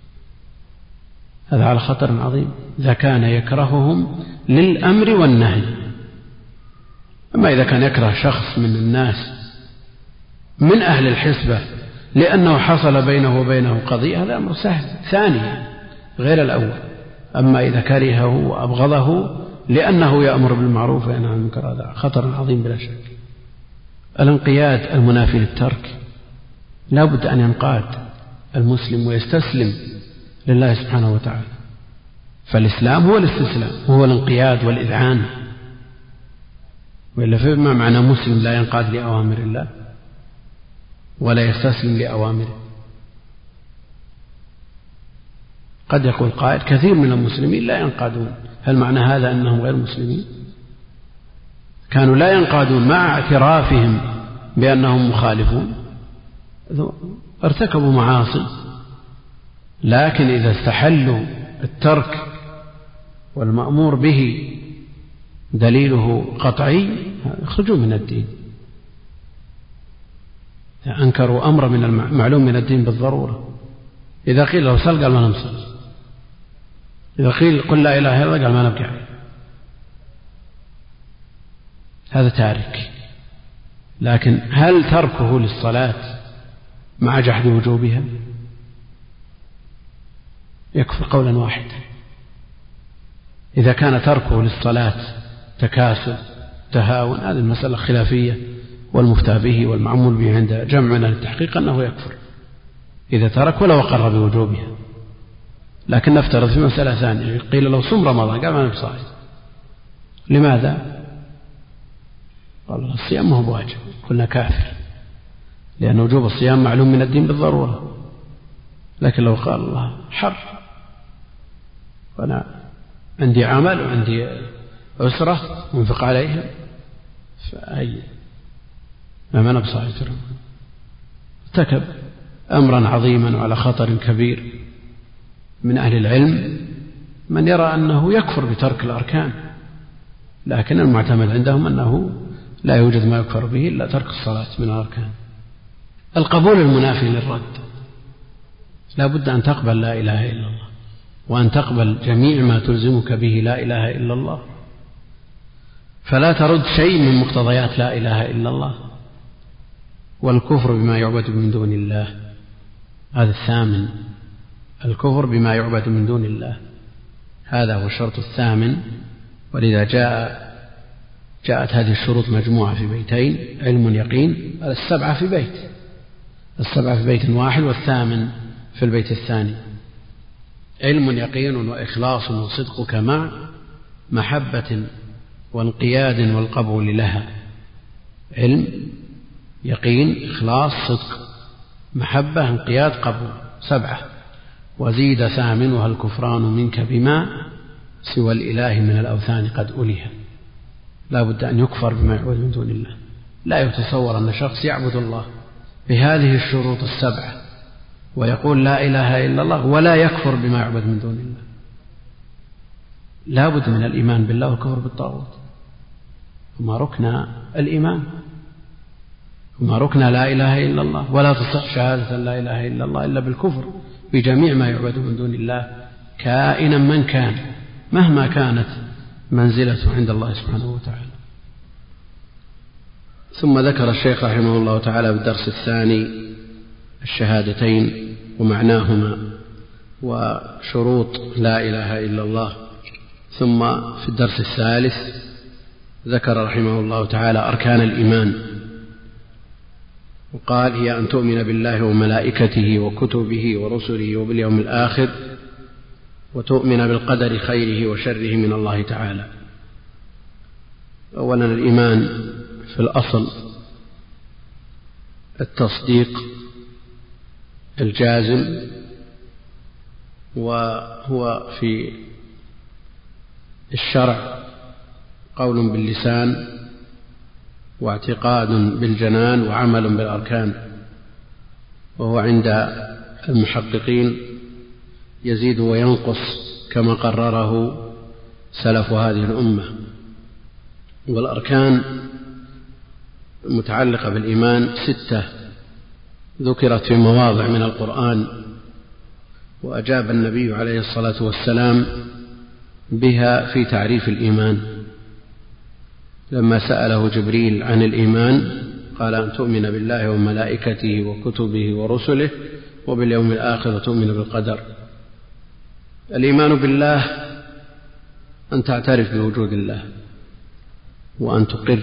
هذا على خطر عظيم إذا كان يكرههم للأمر والنهي. أما إذا كان يكره شخص من الناس من أهل الحسبة لأنه حصل بينه وبينه قضية، هذا أمر سهل ثاني غير الأول. أما إذا كرهه وأبغضه لأنه يأمر بالمعروف وينهى عن المنكر، هذا خطر عظيم بلا شك. الانقياد المنافي للترك، لا بد أن ينقاد المسلم ويستسلم لله سبحانه وتعالى، فالإسلام هو الاستسلام، هو الانقياد والإذعان، وإلا فما معنى مسلم لا ينقاد لأوامر الله ولا يستسلم لأوامره؟ قد يقول قائل كثير من المسلمين لا ينقادون، هل معنى هذا أنهم غير مسلمين؟ كانوا لا ينقادون مع اعترافهم بأنهم مخالفون، ارتكبوا معاصي، لكن إذا استحلوا الترك والمأمور به دليله قطعي يخرجوا من الدين. أنكروا أمر من المعلوم من الدين بالضرورة. إذا قيل له صل قال ما نصل، إذا قيل قل لا إله إلا الله قال ما نبكي عليه، هذا تارك. لكن هل تركه للصلاة مع جحد وجوبها؟ يكفر قولا واحدا. إذا كان تركه للصلاة تكاسل تهاون، هذه المسألة خلافية، والمفتى به والمعمول به عند جمعنا للتحقيق أنه يكفر إذا ترك ولو أقر بوجوبها. لكن نفترض في مسألة ثانية، قيل لو صم رمضان قال ما نبصائي، لماذا؟ قال الصيام ما هو واجب، قلنا كافر، لأن وجوب الصيام معلوم من الدين بالضرورة. لكن لو قال الله حر، وأنا عندي عمل وعندي أسرة وانفق عليهم، فأي ما نبصع ارتكب أمرا عظيما وعلى خطر كبير. من أهل العلم من يرى أنه يكفر بترك الأركان، لكن المعتمد عندهم أنه لا يوجد ما يكفر به إلا ترك الصلاة من الأركان. القبول المنافي للرد، لا بد أن تقبل لا إله إلا الله، وأن تقبل جميع ما تلزمك به لا إله إلا الله، فلا ترد شيء من مقتضيات لا إله إلا الله. والكفر بما يعبد من دون الله، هذا الثامن، الكفر بما يعبد من دون الله، هذا هو الشرط الثامن. ولذا جاءت هذه الشروط مجموعة في بيتين: علم يقين. السبعة في بيت، السبعة في بيت واحد، والثامن في البيت الثاني. علم يقين وإخلاص وصدقك مع محبة وانقياد والقبول لها. علم يقين إخلاص صدق محبة انقياد قبول، سبعة. وزيد ثامنها الكفران منك بما سوى الإله من الأوثان قد أليها. لا بد أن يكفر بما يعبد من دون الله. لا يتصور أن شخص يعبد الله بهذه الشروط السبعة ويقول لا إله إلا الله ولا يكفر بما يعبد من دون الله. لا بد من الإيمان بالله والكفر بالطاغوت، هما ركن الإيمان، هما ركن لا إله إلا الله. ولا تصح شهادة لا إله إلا الله إلا بالكفر بجميع ما يعبد من دون الله، كائنا من كان، مهما كانت منزلته عند الله سبحانه وتعالى. ثم ذكر الشيخ رحمه الله تعالى بالدرس الثاني الشهادتين ومعناهما وشروط لا إله إلا الله. ثم في الدرس الثالث ذكر رحمه الله تعالى أركان الإيمان، وقال: هي أن تؤمن بالله وملائكته وكتبه ورسله وباليوم الآخر، وتؤمن بالقدر خيره وشره من الله تعالى. أولا الإيمان في الأصل التصديق الجازم، وهو في الشرع قول باللسان واعتقاد بالجنان وعمل بالأركان، وهو عند المحققين يزيد وينقص كما قرره سلف هذه الأمة. والأركان المتعلقة بالإيمان 6 ذكرت في مواضع من القرآن، وأجاب النبي عليه الصلاة والسلام بها في تعريف الإيمان لما سأله جبريل عن الإيمان، قال: أن تؤمن بالله وملائكته وكتبه ورسله وباليوم الآخر وتؤمن بالقدر. الإيمان بالله أن تعترف بوجود الله، وأن تقر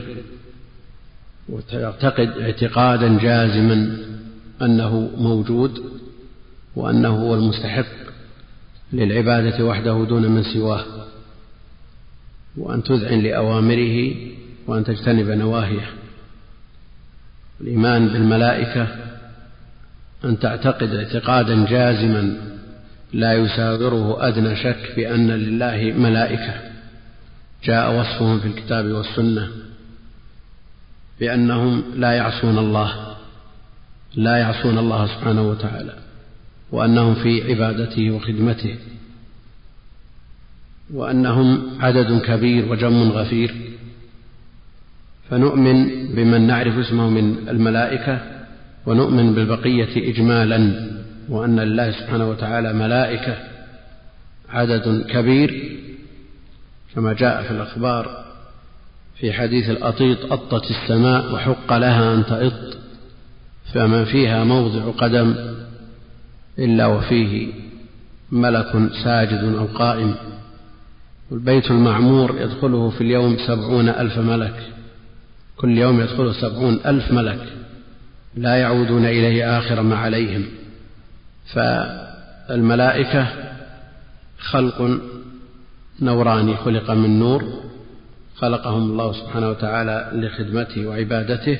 وتعتقد اعتقادا جازما أنه موجود وأنه هو المستحق للعبادة وحده دون من سواه، وأن تذعن لأوامره وأن تجتنب نواهيه. الإيمان بالملائكة أن تعتقد اعتقادا جازما لا يساغره أدنى شك بأن لله ملائكة جاء وصفهم في الكتاب والسنة بأنهم لا يعصون الله سبحانه وتعالى، وأنهم في عبادته وخدمته، وأنهم عدد كبير وجم غفير. فنؤمن بمن نعرف اسمه من الملائكة، ونؤمن بالبقية إجمالا، وأن الله سبحانه وتعالى ملائكة عدد كبير كما جاء في الأخبار في حديث الأطيط: أطت السماء وحق لها أن تئط، فما فيها موضع قدم إلا وفيه ملك ساجد أو قائم. والبيت المعمور يدخله في اليوم 70,000 ملك، كل يوم يدخله 70,000 ملك لا يعودون إليه آخر ما عليهم. فالملائكة خلق نوراني، خلق من نور، خلقهم الله سبحانه وتعالى لخدمته وعبادته.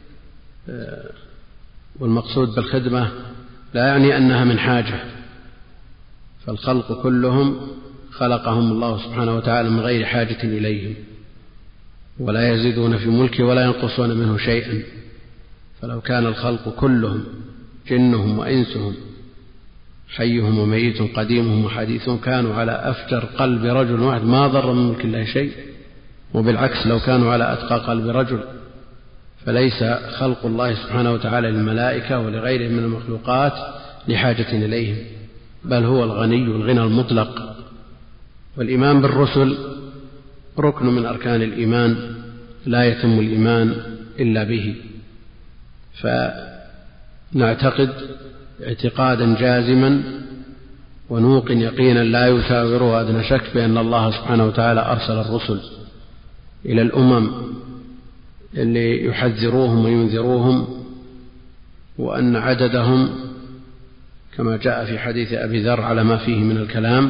والمقصود بالخدمة لا يعني أنها من حاجة، فالخلق كلهم خلقهم الله سبحانه وتعالى من غير حاجة إليهم، ولا يزيدون في ملكه ولا ينقصون منه شيئا. فلو كان الخلق كلهم جنهم وإنسهم حيهم وميتهم قديمهم وحديثهم كانوا على أفجر قلب رجل واحد ما ضر من ملك الله شيء، وبالعكس لو كانوا على أتقى قلب رجل. فليس خلق الله سبحانه وتعالى للملائكة ولغيرهم من المخلوقات لحاجة إليهم، بل هو الغني الغنى المطلق. والإيمان بالرسل ركن من أركان الإيمان، لا يتم الإيمان إلا به. فنعتقد اعتقادا جازما ونوقن يقينا لا يساوره أدنى شك بأن الله سبحانه وتعالى أرسل الرسل إلى الأمم اللي يحذروهم وينذروهم، وأن عددهم كما جاء في حديث أبي ذر على ما فيه من الكلام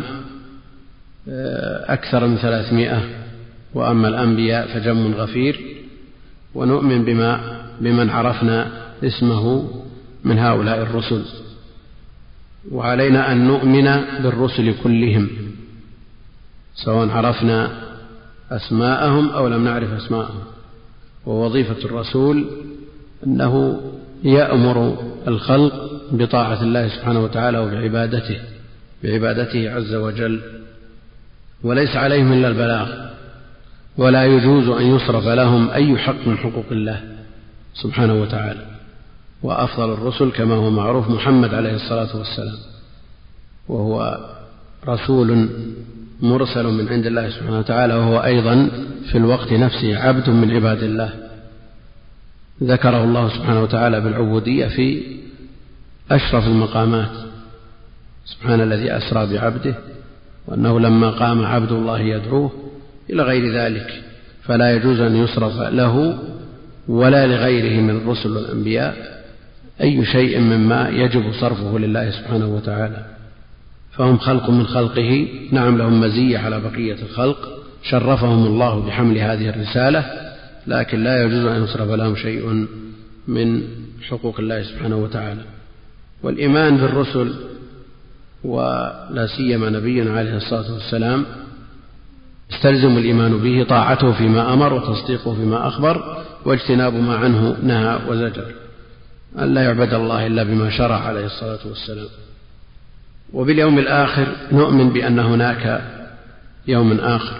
أكثر من 300، وأما الأنبياء فجم غفير. ونؤمن بمن عرفنا اسمه من هؤلاء الرسل، وعلينا أن نؤمن بالرسل كلهم سواء عرفنا أسماءهم أو لم نعرف أسماءهم. ووظيفة الرسول أنه يأمر الخلق بطاعة الله سبحانه وتعالى بعبادته عز وجل، وليس عليهم إلا البلاغ، ولا يجوز أن يصرف لهم أي حق من حقوق الله سبحانه وتعالى. وأفضل الرسل كما هو معروف محمد عليه الصلاة والسلام، وهو رسول مرسل من عند الله سبحانه وتعالى، وهو أيضا في الوقت نفسه عبد من عباد الله، ذكره الله سبحانه وتعالى بالعبودية في أشرف المقامات. سبحان الذي أسرى بعبده، وأنه لما قام عبد الله يدعوه إلى غير ذلك. فلا يجوز أن يصرف له ولا لغيره من الرسل والأنبياء أي شيء مما يجب صرفه لله سبحانه وتعالى. فهم خلق من خلقه، نعم لهم مزية على بقية الخلق، شرفهم الله بحمل هذه الرسالة، لكن لا يجوز أن يصرف لهم شيء من حقوق الله سبحانه وتعالى. والإيمان بالرسل ولا سيما نبينا عليه الصلاة والسلام استلزم الإيمان به طاعته فيما أمر وتصديقه فيما أخبر واجتناب ما عنه نهى وزجر، أن لا يعبد الله إلا بما شرع عليه الصلاة والسلام. وباليوم الآخر نؤمن بأن هناك يوم آخر،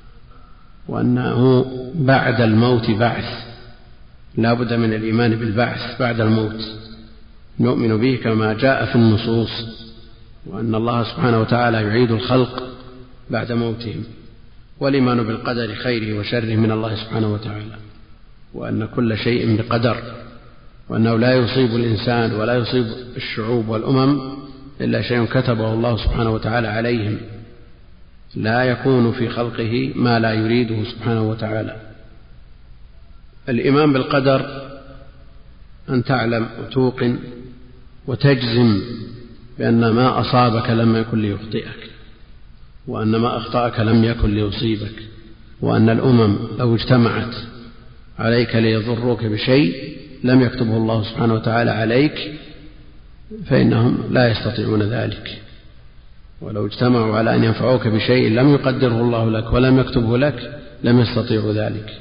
وأنه بعد الموت بعث، لا بد من الإيمان بالبعث بعد الموت، نؤمن به كما جاء في النصوص، وأن الله سبحانه وتعالى يعيد الخلق بعد موتهم. والإيمان بالقدر خيره وشره من الله سبحانه وتعالى، وأن كل شيء بقدر، وأنه لا يصيب الإنسان ولا يصيب الشعوب والأمم إلا شيء كتبه الله سبحانه وتعالى عليهم، لا يكون في خلقه ما لا يريده سبحانه وتعالى. الإيمان بالقدر أن تعلم وتوقن وتجزم بأن ما أصابك لم يكن ليخطئك، وأن ما أخطأك لم يكن ليصيبك، وأن الأمم لو اجتمعت عليك ليضروك بشيء لم يكتبه الله سبحانه وتعالى عليك فإنهم لا يستطيعون ذلك، ولو اجتمعوا على أن ينفعوك بشيء لم يقدره الله لك ولم يكتبه لك لم يستطيعوا ذلك.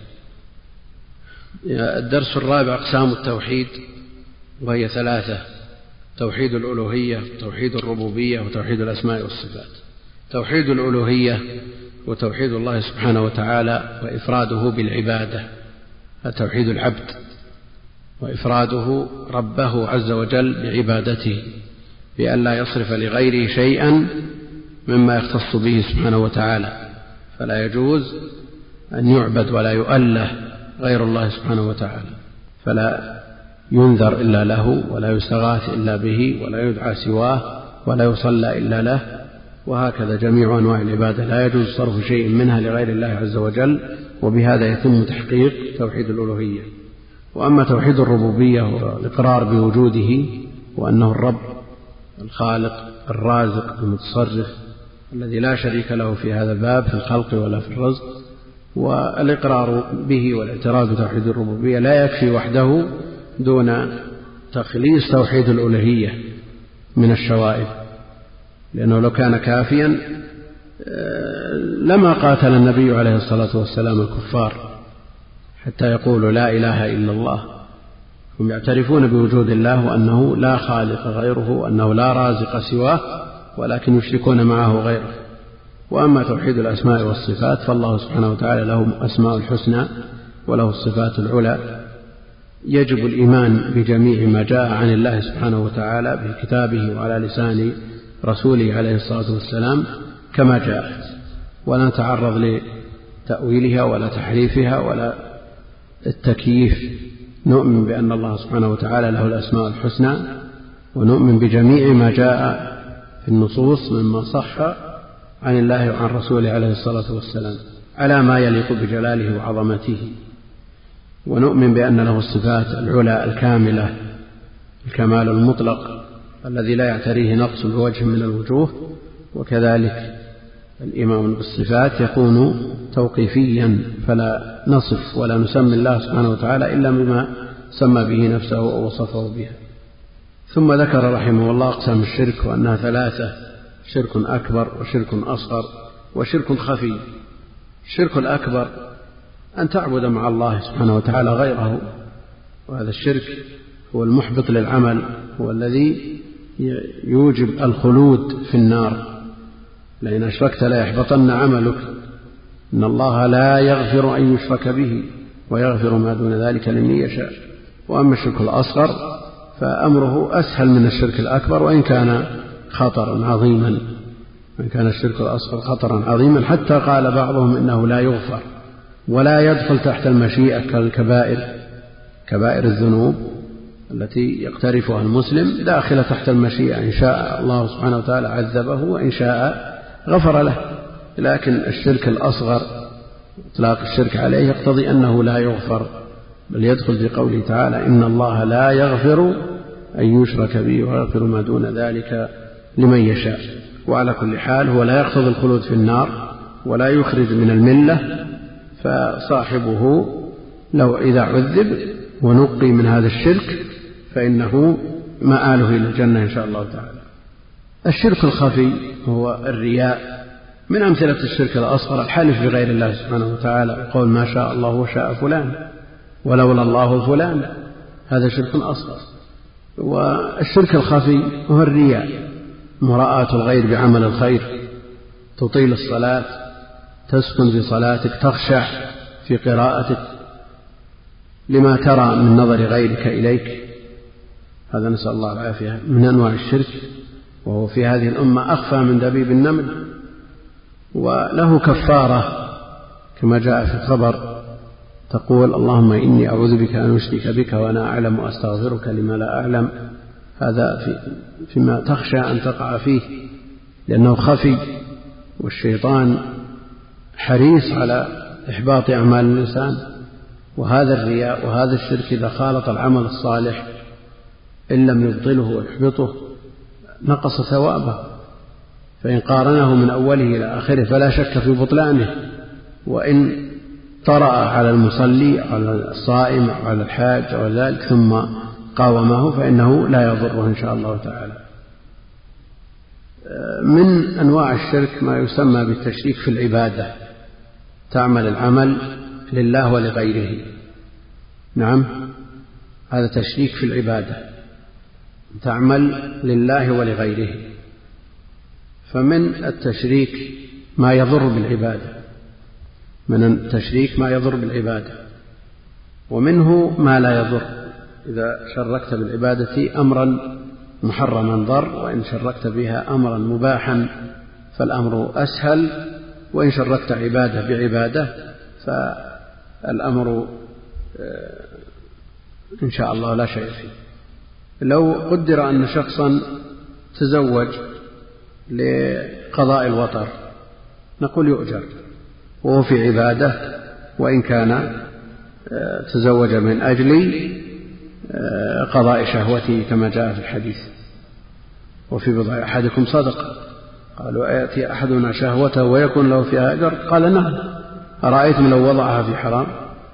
الدرس الرابع أقسام التوحيد، وهي 3: توحيد الألوهية وتوحيد الربوبية وتوحيد الأسماء والصفات. توحيد الألوهية وتوحيد الله سبحانه وتعالى وإفراده بالعبادة، توحيد العبد وإفراده ربه عز وجل بعبادته بأن لا يصرف لغيره شيئا مما يختص به سبحانه وتعالى، فلا يجوز أن يعبد ولا يؤله غير الله سبحانه وتعالى، فلا ينذر إلا له ولا يستغاث إلا به ولا يدعى سواه ولا يصلى إلا له، وهكذا جميع أنواع العبادة لا يجوز صرف شيء منها لغير الله عز وجل، وبهذا يتم تحقيق توحيد الألوهية. وأما توحيد الربوبية والإقرار بوجوده وأنه الرب الخالق الرازق المتصرف الذي لا شريك له في هذا الباب في الخلق ولا في الرزق، والإقرار به والاعتراف بتوحيد الربوبية لا يكفي وحده دون تخليص توحيد الألوهية من الشوائب، لأنه لو كان كافيا لما قاتل النبي عليه الصلاة والسلام الكفار حتى يقولوا لا إله إلا الله. هم يعترفون بوجود الله وأنه لا خالق غيره وأنه لا رازق سواه، ولكن يشركون معه غيره. وأما توحيد الأسماء والصفات فالله سبحانه وتعالى له أسماء الحسنى وله الصفات العلى، يجب الإيمان بجميع ما جاء عن الله سبحانه وتعالى بكتابه وعلى لسان رسوله عليه الصلاة والسلام كما جاءت، ولا نتعرض لتأويلها ولا تحريفها ولا التكييف. نؤمن بأن الله سبحانه وتعالى له الأسماء الحسنى، ونؤمن بجميع ما جاء في النصوص مما صح عن الله وعن رسوله عليه الصلاة والسلام على ما يليق بجلاله وعظمته. ونؤمن بأن له الصفات العلى الكاملة، الكمال المطلق الذي لا يعتريه نقص بوجه من الوجوه. وكذلك الإيمان بالصفات يكون توقيفيا، فلا نصف ولا نسمي الله سبحانه وتعالى إلا بما سمى به نفسه ووصفه بها. ثم ذكر رحمه الله أقسام الشرك وأنها ثلاثة: شرك أكبر وشرك أصغر وشرك خفي. الشرك الأكبر أن تعبد مع الله سبحانه وتعالى غيره، وهذا الشرك هو المحبط للعمل، هو الذي يوجب الخلود في النار. لئن أشركت لا يحبطن عملك، إن الله لا يغفر أن يشرك به ويغفر ما دون ذلك لمن يشاء. وأما الشرك الأصغر فأمره أسهل من الشرك الأكبر، وإن كان خطرا عظيما، وإن كان الشرك الأصغر خطرا عظيما حتى قال بعضهم إنه لا يغفر ولا يدخل تحت المشيئة كالكبائر، كبائر الذنوب التي يقترفها المسلم داخلة تحت المشيئة، إن شاء الله سبحانه وتعالى عذبه وإن شاء غفر له. لكن الشرك الأصغر إطلاق الشرك عليه يقتضي أنه لا يغفر، بل يدخل في قوله تعالى: إن الله لا يغفر أن يشرك به ويغفر ما دون ذلك لمن يشاء. وعلى كل حال هو لا يقتضي الخلود في النار ولا يخرج من الملة، فصاحبه لو إذا عذب ونقي من هذا الشرك فإنه مآله إلى الجنة إن شاء الله تعالى. الشرك الخفي هو الرياء. من أمثلة الشرك الأصغر الحلف بغير الله سبحانه وتعالى، قول ما شاء الله وشاء فلان ولولا الله فلان، هذا شرك أصغر. والشرك الخفي هو الرياء، مراءة الغير بعمل الخير، تطيل الصلاة، تسكن في صلاتك، تخشع في قراءتك لما ترى من نظر غيرك إليك، هذا نسأل الله العافية من أنواع الشرك، وهو في هذه الأمة أخفى من دبيب النمل، وله كفارة كما جاء في الخبر، تقول: اللهم إني أعوذ بك أن أشرك بك وأنا أعلم وأستغفرك لما لا أعلم. هذا فيما تخشى أن تقع فيه، لأنه خفي، والشيطان حريص على إحباط أعمال الإنسان. وهذا الرياء وهذا الشرك إذا خالط العمل الصالح إن لم يبطله ويحبطه نقص ثوابه، فإن قارنه من أوله إلى آخره فلا شك في بطلانه. وإن طرأ على المصلي على الصائم على الحاج أو ذلك ثم قاومه فإنه لا يضره إن شاء الله تعالى. من أنواع الشرك ما يسمى بالتشريك في العبادة، تعمل العمل لله ولغيره. نعم، هذا تشريك في العبادة، تعمل لله ولغيره. فمن التشريك ما يضر بالعبادة، من التشريك ما يضر بالعبادة، ومنه ما لا يضر. إذا شركت بالعبادة أمرا محرما ضر، وإن شركت بها أمرا مباحا فالأمر أسهل، وإن شركت عبادة بعبادة فالأمر إن شاء الله لا شيء فيه. لو قدر أن شخصا تزوج لقضاء الوطر نقول يؤجر وهو في عبادة، وإن كان تزوج من أجل قضاء شهوته كما جاء في الحديث: وفي بضع أحدكم صدقة. قالوا: أيأتي أحدنا شهوته ويكون له فيها أجر؟ قال: نعم. أرأيتم لو وضعها في حرام؟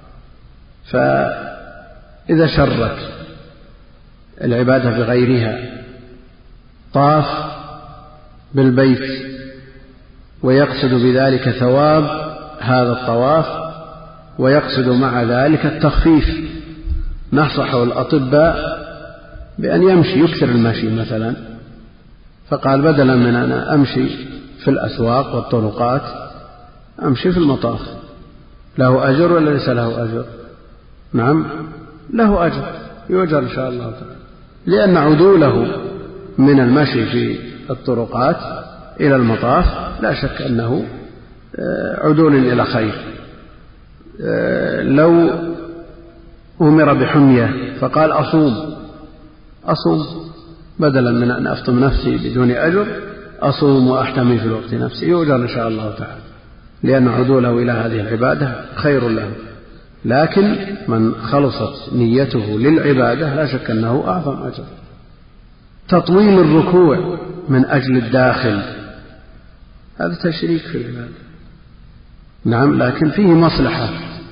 فإذا شرك العبادة بغيرها طاف بالبيت ويقصد بذلك ثواب هذا الطواف ويقصد مع ذلك التخفيف، نصحه الأطباء بأن يمشي، يكثر المشي مثلا، فقال بدلا من أن أمشي في الأسواق والطرقات أمشي في المطاف. له أجر ولا ليس له أجر؟ نعم له أجر، يؤجر إن شاء الله تعالى، لأن عدوله من المشي في الطرقات إلى المطاف لا شك أنه عدول إلى خير. لو أمر بحمية فقال أصوم بدلا من أن أفطم نفسي بدون أجر، أصوم وأحتمي في الوقت نفسي، يؤجر إن شاء الله تعالى، لأن عدوله إلى هذه العبادة خير له. لكن من خلصت نيته للعبادة لا شك أنه أعظم أجر. تطويل الركوع من أجل الداخل هذا تشريك في العبادة، نعم، لكن فيه مصلحة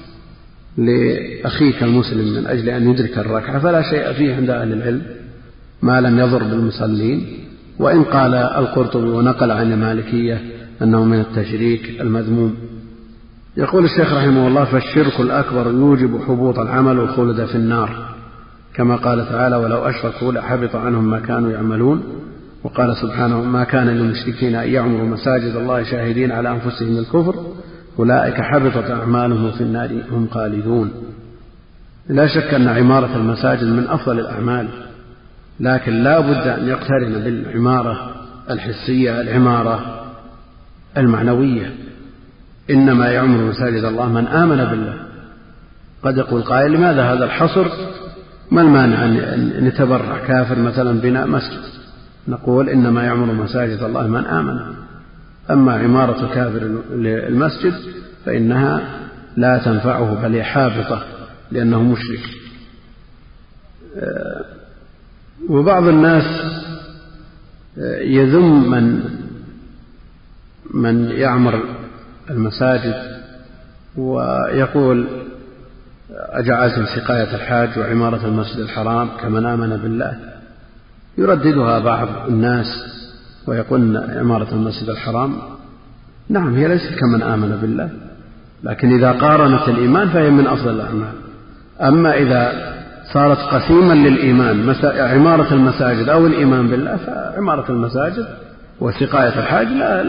لأخيك المسلم من أجل أن يدرك الركعة فلا شيء فيه عند أهل العلم ما لم يضر بالمصلين. وإن قال القرطبي ونقل عن المالكية أنه من التشريك المذموم. يقول الشيخ رحمه الله: فالشرك الأكبر يوجب حبوط العمل والخلد في النار، كما قال تعالى: ولو أشركوا لحبط عنهم ما كانوا يعملون. وقال سبحانه: ما كان للمشركين أن يعمروا مساجد الله شاهدين على أنفسهم الكفر أولئك حبطت أعمالهم في النار هم خالدون. لا شك أن عمارة المساجد من أفضل الأعمال، لكن لا بد أن يقترن بالعمارة الحسية العمارة المعنوية. إنما يعمر مساجد الله من آمن بالله. قد يقول قائل: لماذا هذا الحصر؟ ما المانع أن نتبرع كافر مثلا بناء مسجد؟ نقول: إنما يعمر مساجد الله من آمن. أما عمارة كافر للمسجد فإنها لا تنفعه بل هي حابطة لأنه مشرك. وبعض الناس يذم من يعمر المساجد ويقول: أجعلتم سقاية الحاج وعمارة المسجد الحرام كمن آمن بالله. يرددها بعض الناس ويقول: عمارة المسجد الحرام نعم هي ليست كمن آمن بالله، لكن إذا قارنت الإيمان فهي من أفضل الأعمال. أما إذا صارت قسيما للإيمان عمارة المساجد أو الإيمان بالله فعمارة المساجد وسقاية الحاج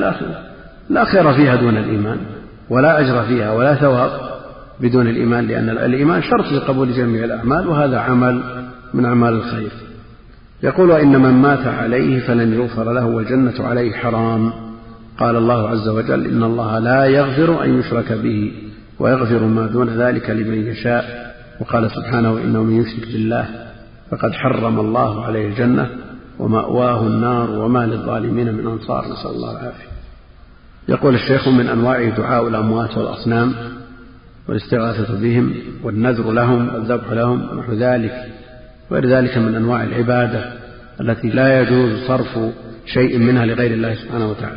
لا خير فيها دون الإيمان، ولا أجر فيها ولا ثواب بدون الإيمان، لأن الإيمان شرط لقبول جميع الأعمال، وهذا عمل من أعمال الخير. يقول: وإن من مات عليه فلن يغفر له والجنة عليه حرام. قال الله عز وجل: إن الله لا يغفر أن يشرك به ويغفر ما دون ذلك لمن يشاء. وقال سبحانه: إنه من يشرك بالله فقد حرم الله عليه الجنة ومأواه النار وما للظالمين من أنصار. نسأل الله العافية. يقول الشيخ: من أنواع دعاء الأموات والأصنام والاستغاثة بهم والنذر لهم والذبح لهم ونحو ذلك، وغير ذلك من أنواع العبادة التي لا يجوز صرف شيء منها لغير الله سبحانه وتعالى.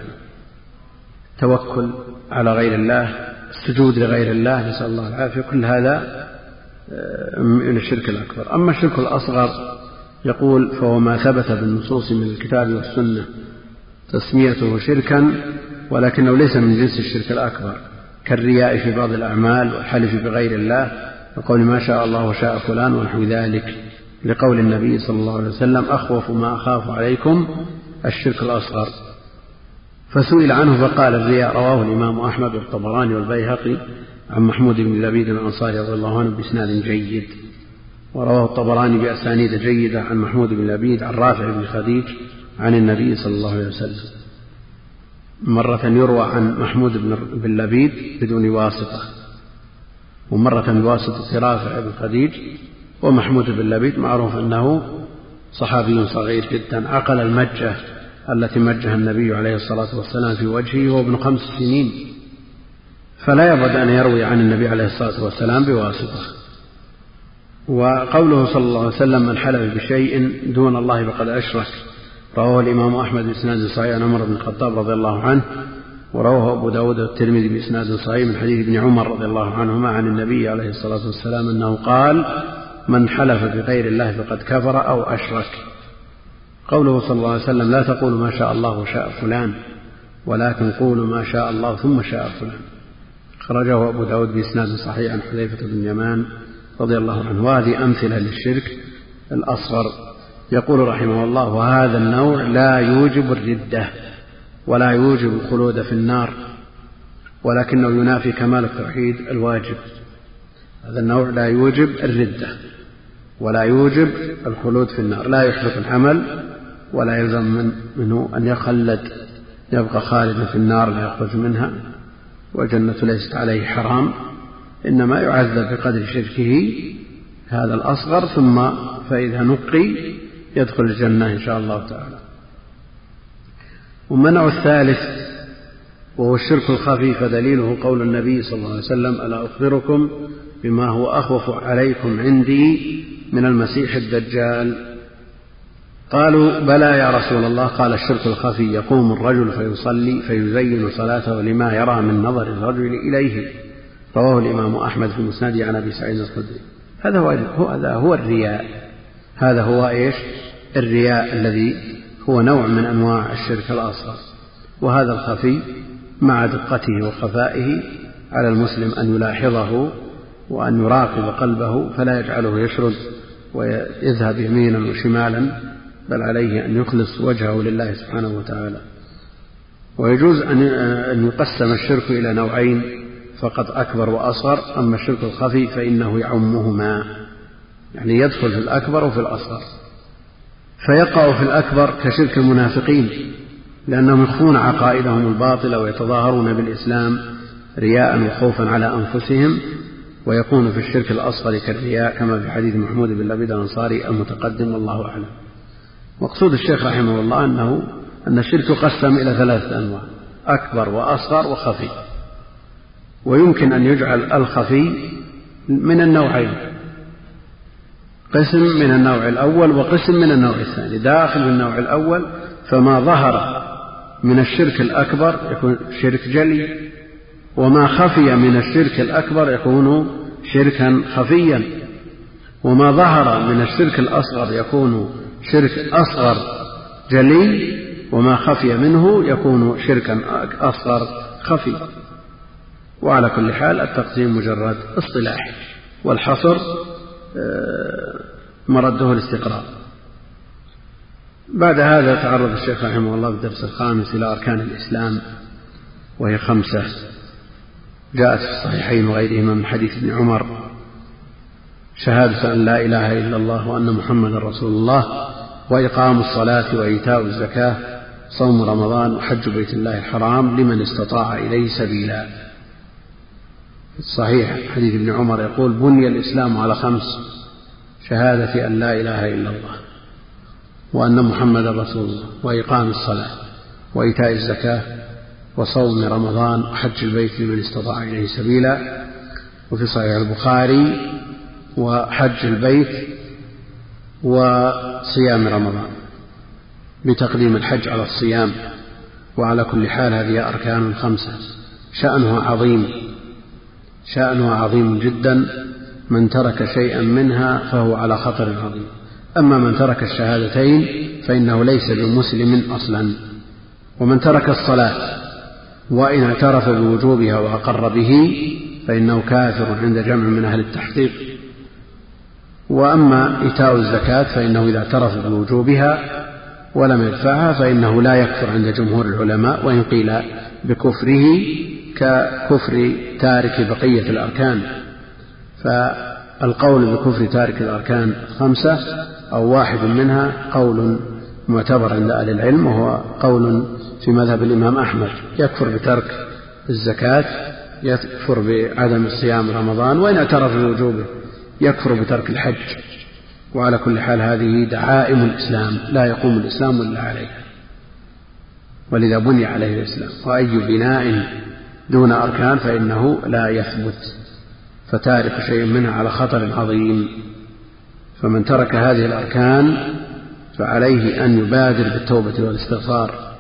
توكل على غير الله، السجود لغير الله، نسأل الله العافية، كل هذا من الشرك الأكبر. أما الشرك الأصغر يقول: فهو ما ثبت بالنصوص من الكتاب والسنة تسميته شركا ولكنه ليس من جنس الشرك الأكبر، كالرياء في بعض الأعمال والحلف بغير الله وقول ما شاء الله وشاء فلان ونحو ذلك، لقول النبي صلى الله عليه وسلم: أخوف ما أخاف عليكم الشرك الأصغر. فسئل عنه فقال: الرياء. رواه الإمام أحمد والطبراني والبيهقي عن محمود بن لبيد الأنصاري رضي الله عنه بإسناد جيد، ورواه الطبراني بأسانيد جيدة عن محمود بن لبيد عن رافع بن خديج عن النبي صلى الله عليه وسلم. مرة يروى عن محمود بن لبيد بدون واسطة، ومرة بواسطة رافع بن خديج. ومحمود بن لبيد معروف أنه صحابي صغير جدا، عقل المجة التي مجها النبي عليه الصلاة والسلام في وجهه وهو ابن 5 سنين، فلا يبعد أن يروي عن النبي عليه الصلاة والسلام بواسطة. وقوله صلى الله عليه وسلم: من حلف بشيء دون الله فقد أشرك، رواه الإمام أحمد بإسناد صحيح عن عمر بن الخطاب رضي الله عنه ورواه أبو داود والترمذي بإسناد صحيح من حديث ابن عمر رضي الله عنهما عن النبي عليه الصلاة والسلام أنه قال: من حلف بغير الله فقد كفر أو أشرك. قوله صلى الله عليه وسلم: لا تقولوا ما شاء الله وشاء فلان، ولكن قولوا ما شاء الله ثم شاء فلان. خرجه أبو داود بإسناد صحيح عن حذيفة بن اليمان رضي الله عنه. وهذه أمثلة للشرك الأصغر. يقول رحمه الله: وهذا النوع لا يوجب الردة ولا يوجب الخلود في النار، ولكنه ينافي كمال التوحيد الواجب. هذا النوع لا يوجب الردة ولا يوجب الخلود في النار، لا يحبط العمل ولا يلزم منه أن يخلد يبقى خالدا في النار لا يخرج منها، والجنة ليست عليه حرام، إنما يعذب بقدر شركه هذا الأصغر، ثم فإذا نقي يدخل الجنة إن شاء الله تعالى. والمنع الثالث وهو الشرك الخفي، فدليله قول النبي صلى الله عليه وسلم: ألا أخبركم بما هو أخوف عليكم عندي من المسيح الدجال؟ قالوا: بلى يا رسول الله. قال: الشرك الخفي يقوم الرجل فيصلي فيزين صلاته لما يرى من نظر الرجل إليه. رواه الإمام أحمد في مسنده عن أبي سعيد الخدري. هذا هو الرياء. هذا هو إيش؟ الرياء الذي هو نوع من أنواع الشرك الأصغر. وهذا الخفي مع دقته وخفائه على المسلم أن يلاحظه وأن يراقب قلبه، فلا يجعله يشرد ويذهب يمينا وشمالا، بل عليه أن يخلص وجهه لله سبحانه وتعالى. ويجوز أن يقسم الشرك إلى نوعين فقط: أكبر وأصغر. أما الشرك الخفي فإنه يعمهما، يعني يدخل في الأكبر وفي الأصغر. فيقع في الأكبر كشرك المنافقين، لأنهم يخفون عقائدهم الباطلة ويتظاهرون بالإسلام رياء وخوفا على أنفسهم. ويكون في الشرك الأصغر كالرياء، كما في حديث محمود بن لبيد الأنصاري المتقدم، والله أعلم. مقصود الشيخ رحمه الله أن الشرك يقسم إلى 3 أنواع: أكبر وأصغر وخفي. ويمكن أن يجعل الخفي من النوعين، قسم من النوع الأول وقسم من النوع الثاني. داخل النوع الأول فما ظهر من الشرك الأكبر يكون شرك جلي، وما خفي من الشرك الأكبر يكون شركا خفيا، وما ظهر من الشرك الأصغر يكون شرك أصغر جلي، وما خفي منه يكون شركا أصغر خفي. وعلى كل حال التقسيم مجرد اصطلاح، والحصر مرده الاستقراء. بعد هذا تعرض الشيخ رحمه الله بالدرس الخامس إلى أركان الإسلام، وهي 5 جاءت في الصحيحين وغيرهما من حديث ابن عمر: شهادة أن لا إله إلا الله وأن محمدا رسول الله، وإقام الصلاة وإيتاء الزكاة، صوم رمضان، وحج بيت الله الحرام لمن استطاع إليه سبيلا. صحيح حديث ابن عمر يقول: بني الإسلام على 5: شهادة أن لا إله إلا الله وأن محمدا رسول الله، وإقام الصلاة، وإيتاء الزكاة، وصوم رمضان، وحج البيت لمن استطاع إليه سبيلا. وفي صحيح البخاري: وحج البيت وصيام رمضان، بتقديم الحج على الصيام. وعلى كل حال هذه أركان 5 شأنها عظيم جدا. من ترك شيئا منها فهو على خطر عظيم. أما من ترك الشهادتين فإنه ليس بمسلم أصلا. ومن ترك الصلاة وإن اعترف بوجوبها وأقر به فإنه كافر عند جمع من أهل التحقيق. وأما إيتاء الزكاة فإنه إذا اعترف بوجوبها ولم يدفعها فإنه لا يكفر عند جمهور العلماء، وإن قيل بكفره ككفر تارك بقية الأركان. فالقول بكفر تارك الأركان 5 أو واحد منها قول معتبر عند أهل العلم، وهو قول في مذهب الإمام أحمد: يكفر بترك الزكاة، يكفر بعدم الصيام رمضان، وإن اعترف بوجوبه يكفر بترك الحج. وعلى كل حال هذه دعائم الإسلام، لا يقوم الإسلام إلا عليها، ولذا بني عليه الإسلام. وأي بناء دون أركان فإنه لا يثبت، فتارك شيء منها على خطر عظيم. فمن ترك هذه الأركان فعليه أن يبادر بالتوبة والاستغفار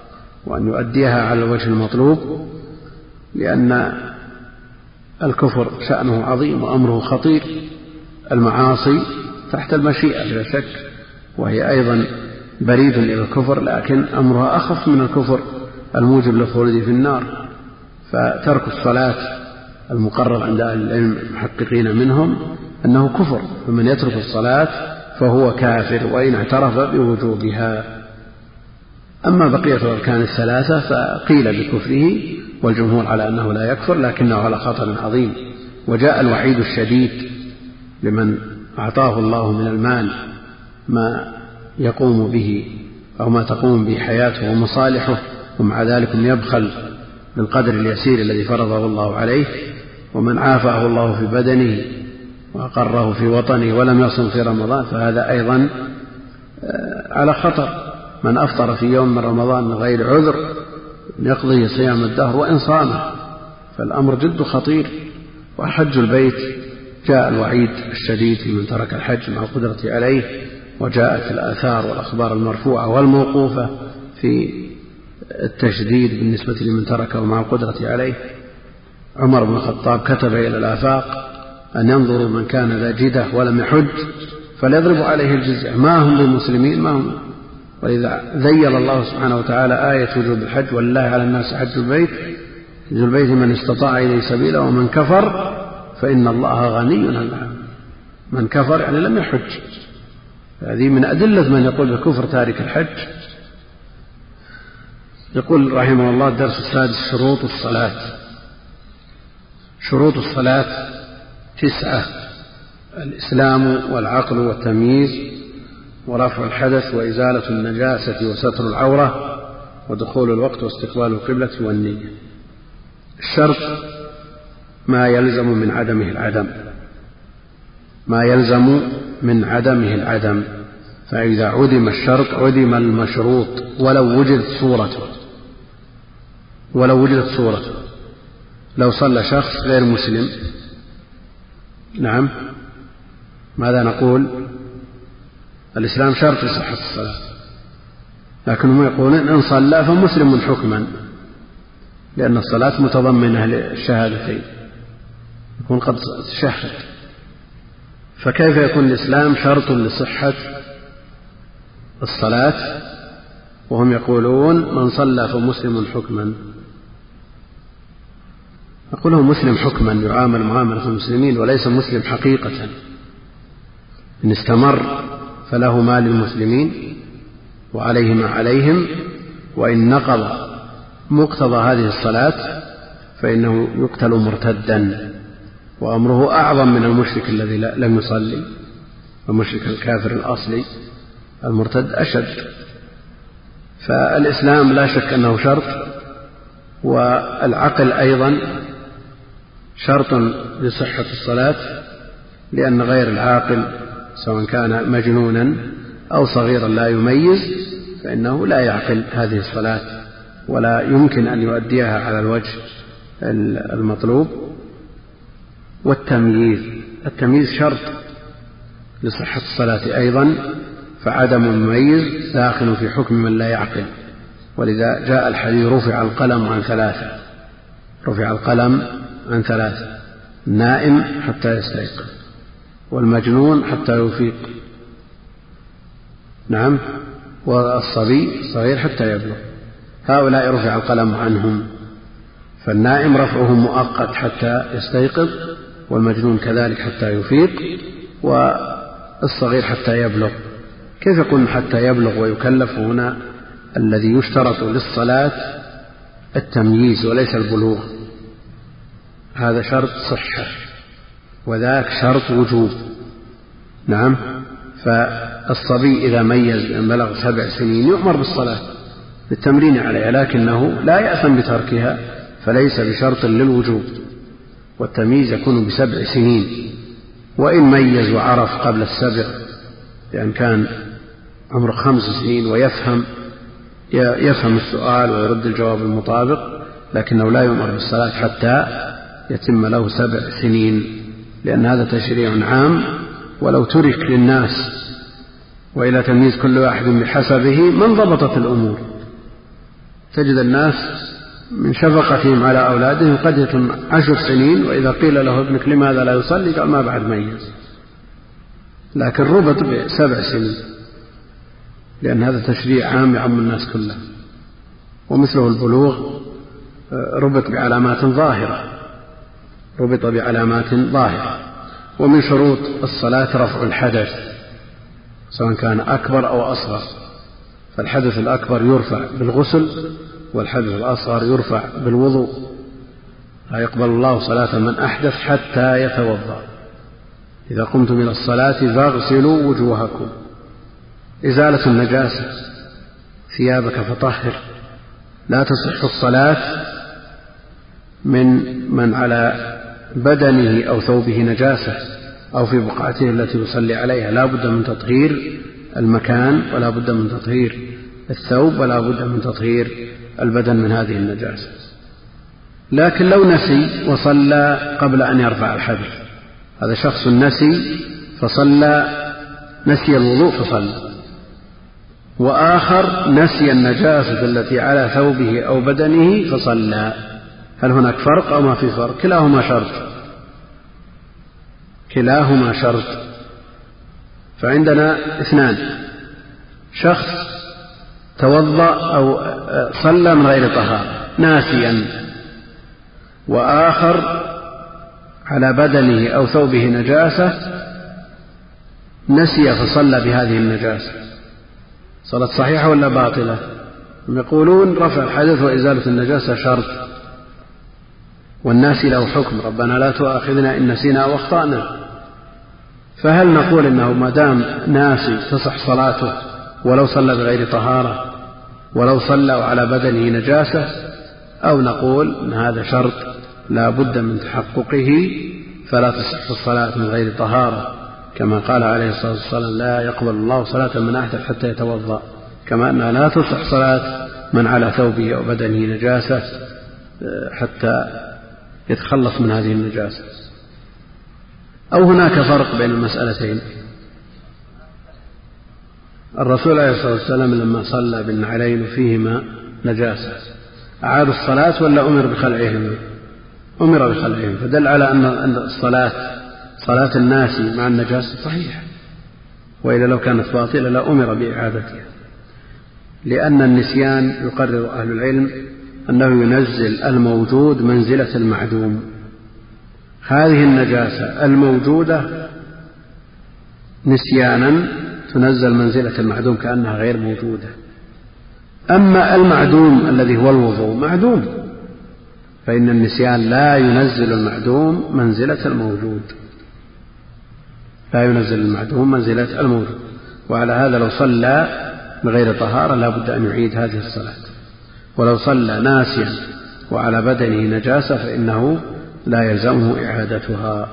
وأن يؤديها على الوجه المطلوب، لأن الكفر شأنه عظيم وأمره خطير. المعاصي تحت المشيئة بلا شك، وهي أيضا بريد إلى الكفر، لكن أمرها أخف من الكفر الموجب للخلود في النار. فترك الصلاة المقرر عند أهل العلم المحققين منهم أنه كفر، فمن يترك الصلاة فهو كافر وإن اعترف بوجوبها. أما بقية الأركان الثلاثة فقيل بكفره، والجمهور على أنه لا يكفر لكنه على خطر عظيم. وجاء الوعيد الشديد لمن أعطاه الله من المال ما يقوم به أو ما تقوم به حياته ومصالحه، ومع ذلك يبخل بالقدر اليسير الذي فرضه الله عليه. ومن عافاه الله في بدنه وأقره في وطنه ولم يصم في رمضان فهذا أيضا على خطر. من أفطر في يوم من رمضان من غير عذر يقضي صيام الدهر وإن صامه، فالأمر جد خطير. وحج البيت جاء الوعيد الشديد في من ترك الحج مع القدرة عليه، وجاءت الآثار والأخبار المرفوعة والموقوفة في التشديد بالنسبة لمن تركه مع القدرة عليه. عمر بن الخطاب كتب إلى الآفاق أن ينظروا من كان ذا جدة ولم يحج فليضربوا عليه الجزية، ما هم بالمسلمين ما هم. وإذا ذيل الله سبحانه وتعالى آية وجوب الحج ولله على الناس حج البيت من استطاع إليه سبيلا ومن كفر فإن الله غني عن العالمين. من كفر يعني لم يحج. هذه من أدلة من يقول بكفر تارك الحج. يقول رحمه الله: الدرس السادس: شروط الصلاة. شروط الصلاة 9: الإسلام والعقل والتمييز ورفع الحدث وإزالة النجاسة وستر العورة ودخول الوقت واستقبال القبلة والنية. الشرط ما يلزم من عدمه العدم، ما يلزم من عدمه العدم، فإذا عدم الشرط عدم المشروط ولو وجدت صورته. لو صلى شخص غير مسلم، نعم، ماذا نقول؟ الإسلام شرط لصحة الصلاة، لكنهم يقولون إن صلى فمسلم حكما، لأن الصلاة متضمنة للشهادتين، يكون قد شهد. فكيف يكون الإسلام شرط لصحة الصلاة وهم يقولون من صلى فمسلم حكما؟ نقول هو مسلم حكما، يعامل معاملة المسلمين وليس مسلم حقيقة. إن استمر فله ما للمسلمين وعليه ما عليهم، وإن نقض مقتضى هذه الصلاة فإنه يقتل مرتدا، وأمره أعظم من المشرك الذي لم يصلي. المشرك الكافر الأصلي المرتد أشد. فالإسلام لا شك أنه شرط، والعقل أيضا شرط لصحة الصلاة، لأن غير العاقل سواء كان مجنونا أو صغيرا لا يميز فإنه لا يعقل هذه الصلاة ولا يمكن أن يؤديها على الوجه المطلوب. والتمييز شرط لصحة الصلاة أيضا، فعدم المميز داخل في حكم من لا يعقل. ولذا جاء الحديث: رفع القلم عن ثلاثة: النائم حتى يستيقظ، والمجنون حتى يفيق، نعم، والصبي الصغير حتى يبلغ. هؤلاء رفع القلم عنهم، فالنائم رفعه مؤقت حتى يستيقظ، والمجنون كذلك حتى يفيق، والصغير حتى يبلغ. كيف يكون حتى يبلغ ويكلف؟ هنا الذي يشترط للصلاة التمييز وليس البلوغ، هذا شرط صحة وذاك شرط وجوب. نعم، فالصبي إذا ميز أن بلغ 7 سنين يؤمر بالصلاة بالتمرين عليها، لكنه لا يأثم بتركها، فليس بشرط للوجوب. والتمييز يكون ب7 سنين، وإن ميز وعرف قبل 7 لأن كان عمره 5 سنين ويفهم السؤال ويرد الجواب المطابق، لكنه لا يؤمر بالصلاة حتى يتم له 7 سنين، لأن هذا تشريع عام. ولو ترك للناس وإلى تمييز كل واحد بحسبه من ضبطت الأمور. تجد الناس من شفقتهم على أولادهم قد يتم 10 سنين، وإذا قيل له ابنك لماذا لا يصلي قال ما بعد ميز، لكن ربط ب7 سنين، لأن هذا تشريع عام يعم الناس كلهم. ومثله البلوغ ربط بعلامات ظاهرة. ومن شروط الصلاة رفع الحدث سواء كان أكبر أو أصغر، فالحدث الأكبر يرفع بالغسل، والحدث الأصغر يرفع بالوضوء. لا يقبل الله صلاة من أحدث حتى يتوضأ. إذا قمتم إلى الصلاة فاغسلوا وجوهكم. إزالة النجاسة، ثيابك فطهر. لا تصح الصلاة من على بدنه أو ثوبه نجاسة أو في بقعته التي يصلي عليها. لا بد من تطهير المكان، ولا بد من تطهير الثوب، ولا بد من تطهير البدن من هذه النجاسة. لكن لو نسي وصلى قبل أن يرفع الحدث، هذا شخص نسي نسي الوضوء فصلى، وآخر نسي النجاسة التي على ثوبه أو بدنه فصلى، هل هناك فرق أو ما في فرق؟ كلاهما شرط. فعندنا 2، شخص توضأ أو صلى من غير طهارة ناسيا، وآخر على بدنه أو ثوبه نجاسة نسي فصلى بهذه النجاسة، صلاة صحيحة ولا باطلة؟ يقولون رفع الحدث وإزالة النجاسة شرط، والناس له حكم، ربنا لا تؤاخذنا إن نسينا أو أخطأنا. فهل نقول إنه ما دام ناسي تصح صلاته ولو صلى بغير طهارة، ولو صلى على بدنه نجاسة، أو نقول إن هذا شرط لا بد من تحققه فلا تصح الصلاة من غير طهارة، كما قال عليه الصلاة والسلام لا يقبل الله صلاة من أحدث حتى يتوضأ، كما أنها لا تصح صلاة من على ثوبه أو بدنه نجاسة حتى يتخلص من هذه النجاسة. أو هناك فرق بين المسألتين؟ الرسول عليه الصلاة والسلام لما صلى بالنعلين فيهما نجاسة أعاد الصلاة ولا أمر بخلعهما؟ أمر بخلعهما، فدل على أن صلاة الناس مع النجاسة صحيحة، وإذا لو كانت باطلة لأمر بإعادتها، لأن النسيان يقرر أهل العلم أنه ينزل الموجود منزلة المعدوم. هذه النجاسة الموجودة نسيانا تنزل منزلة المعدوم كأنها غير موجودة. أما المعدوم الذي هو الوضوء معدوم، فإن النسيان لا ينزل المعدوم منزلة الموجود، وعلى هذا لو صلى بغير طهارة لا بد أن يعيد هذه الصلاة، ولو صلى ناسيا وعلى بدنه نجاسة فإنه لا يلزمه إعادتها.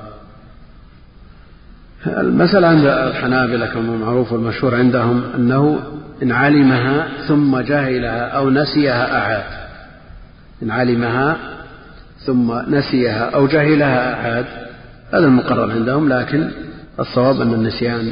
المسألة عند الحنابلة كما معروف والمشهور عندهم أنه إن علمها ثم جهلها أو نسيها أعاد، إن علمها ثم نسيها أو جهلها أعاد، هذا المقرر عندهم. لكن الصواب أن النسيان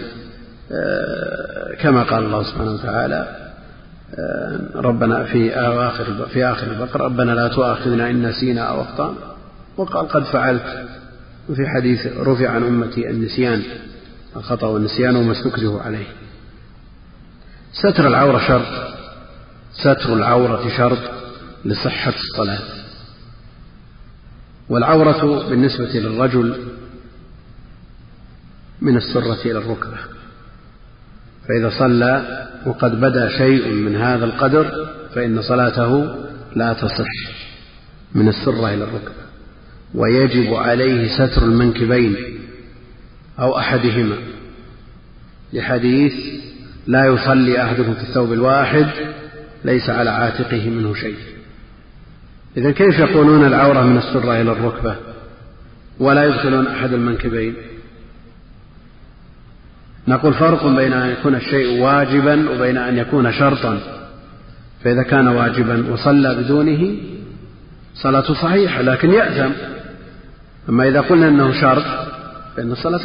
كما قال الله سبحانه وتعالى ربنا في آخر البقرة ربنا لا تؤاخذنا إن نسينا أو أخطأنا، وقال قد فعلت. وفي حديث رفع عن أمتي النسيان الخطأ والنسيان وما استكره عليه. ستر العورة شرط لصحة الصلاة. والعورة بالنسبة للرجل من السرة إلى الركبة، فإذا صلى وقد بدا شيء من هذا القدر فإن صلاته لا تصح من السرة إلى الركبة، ويجب عليه ستر المنكبين أو أحدهما، لحديث لا يصلي أحدكم في الثوب الواحد ليس على عاتقه منه شيء. إذن كيف يقولون العورة من السرة إلى الركبة ولا يدخلون أحد المنكبين؟ نقول فرق بين أن يكون الشيء واجبا وبين أن يكون شرطا، فإذا كان واجبا وصلى بدونه صلاته صحيحة لكن يأثم. أما إذا قلنا أنه شرط فإن الصلاة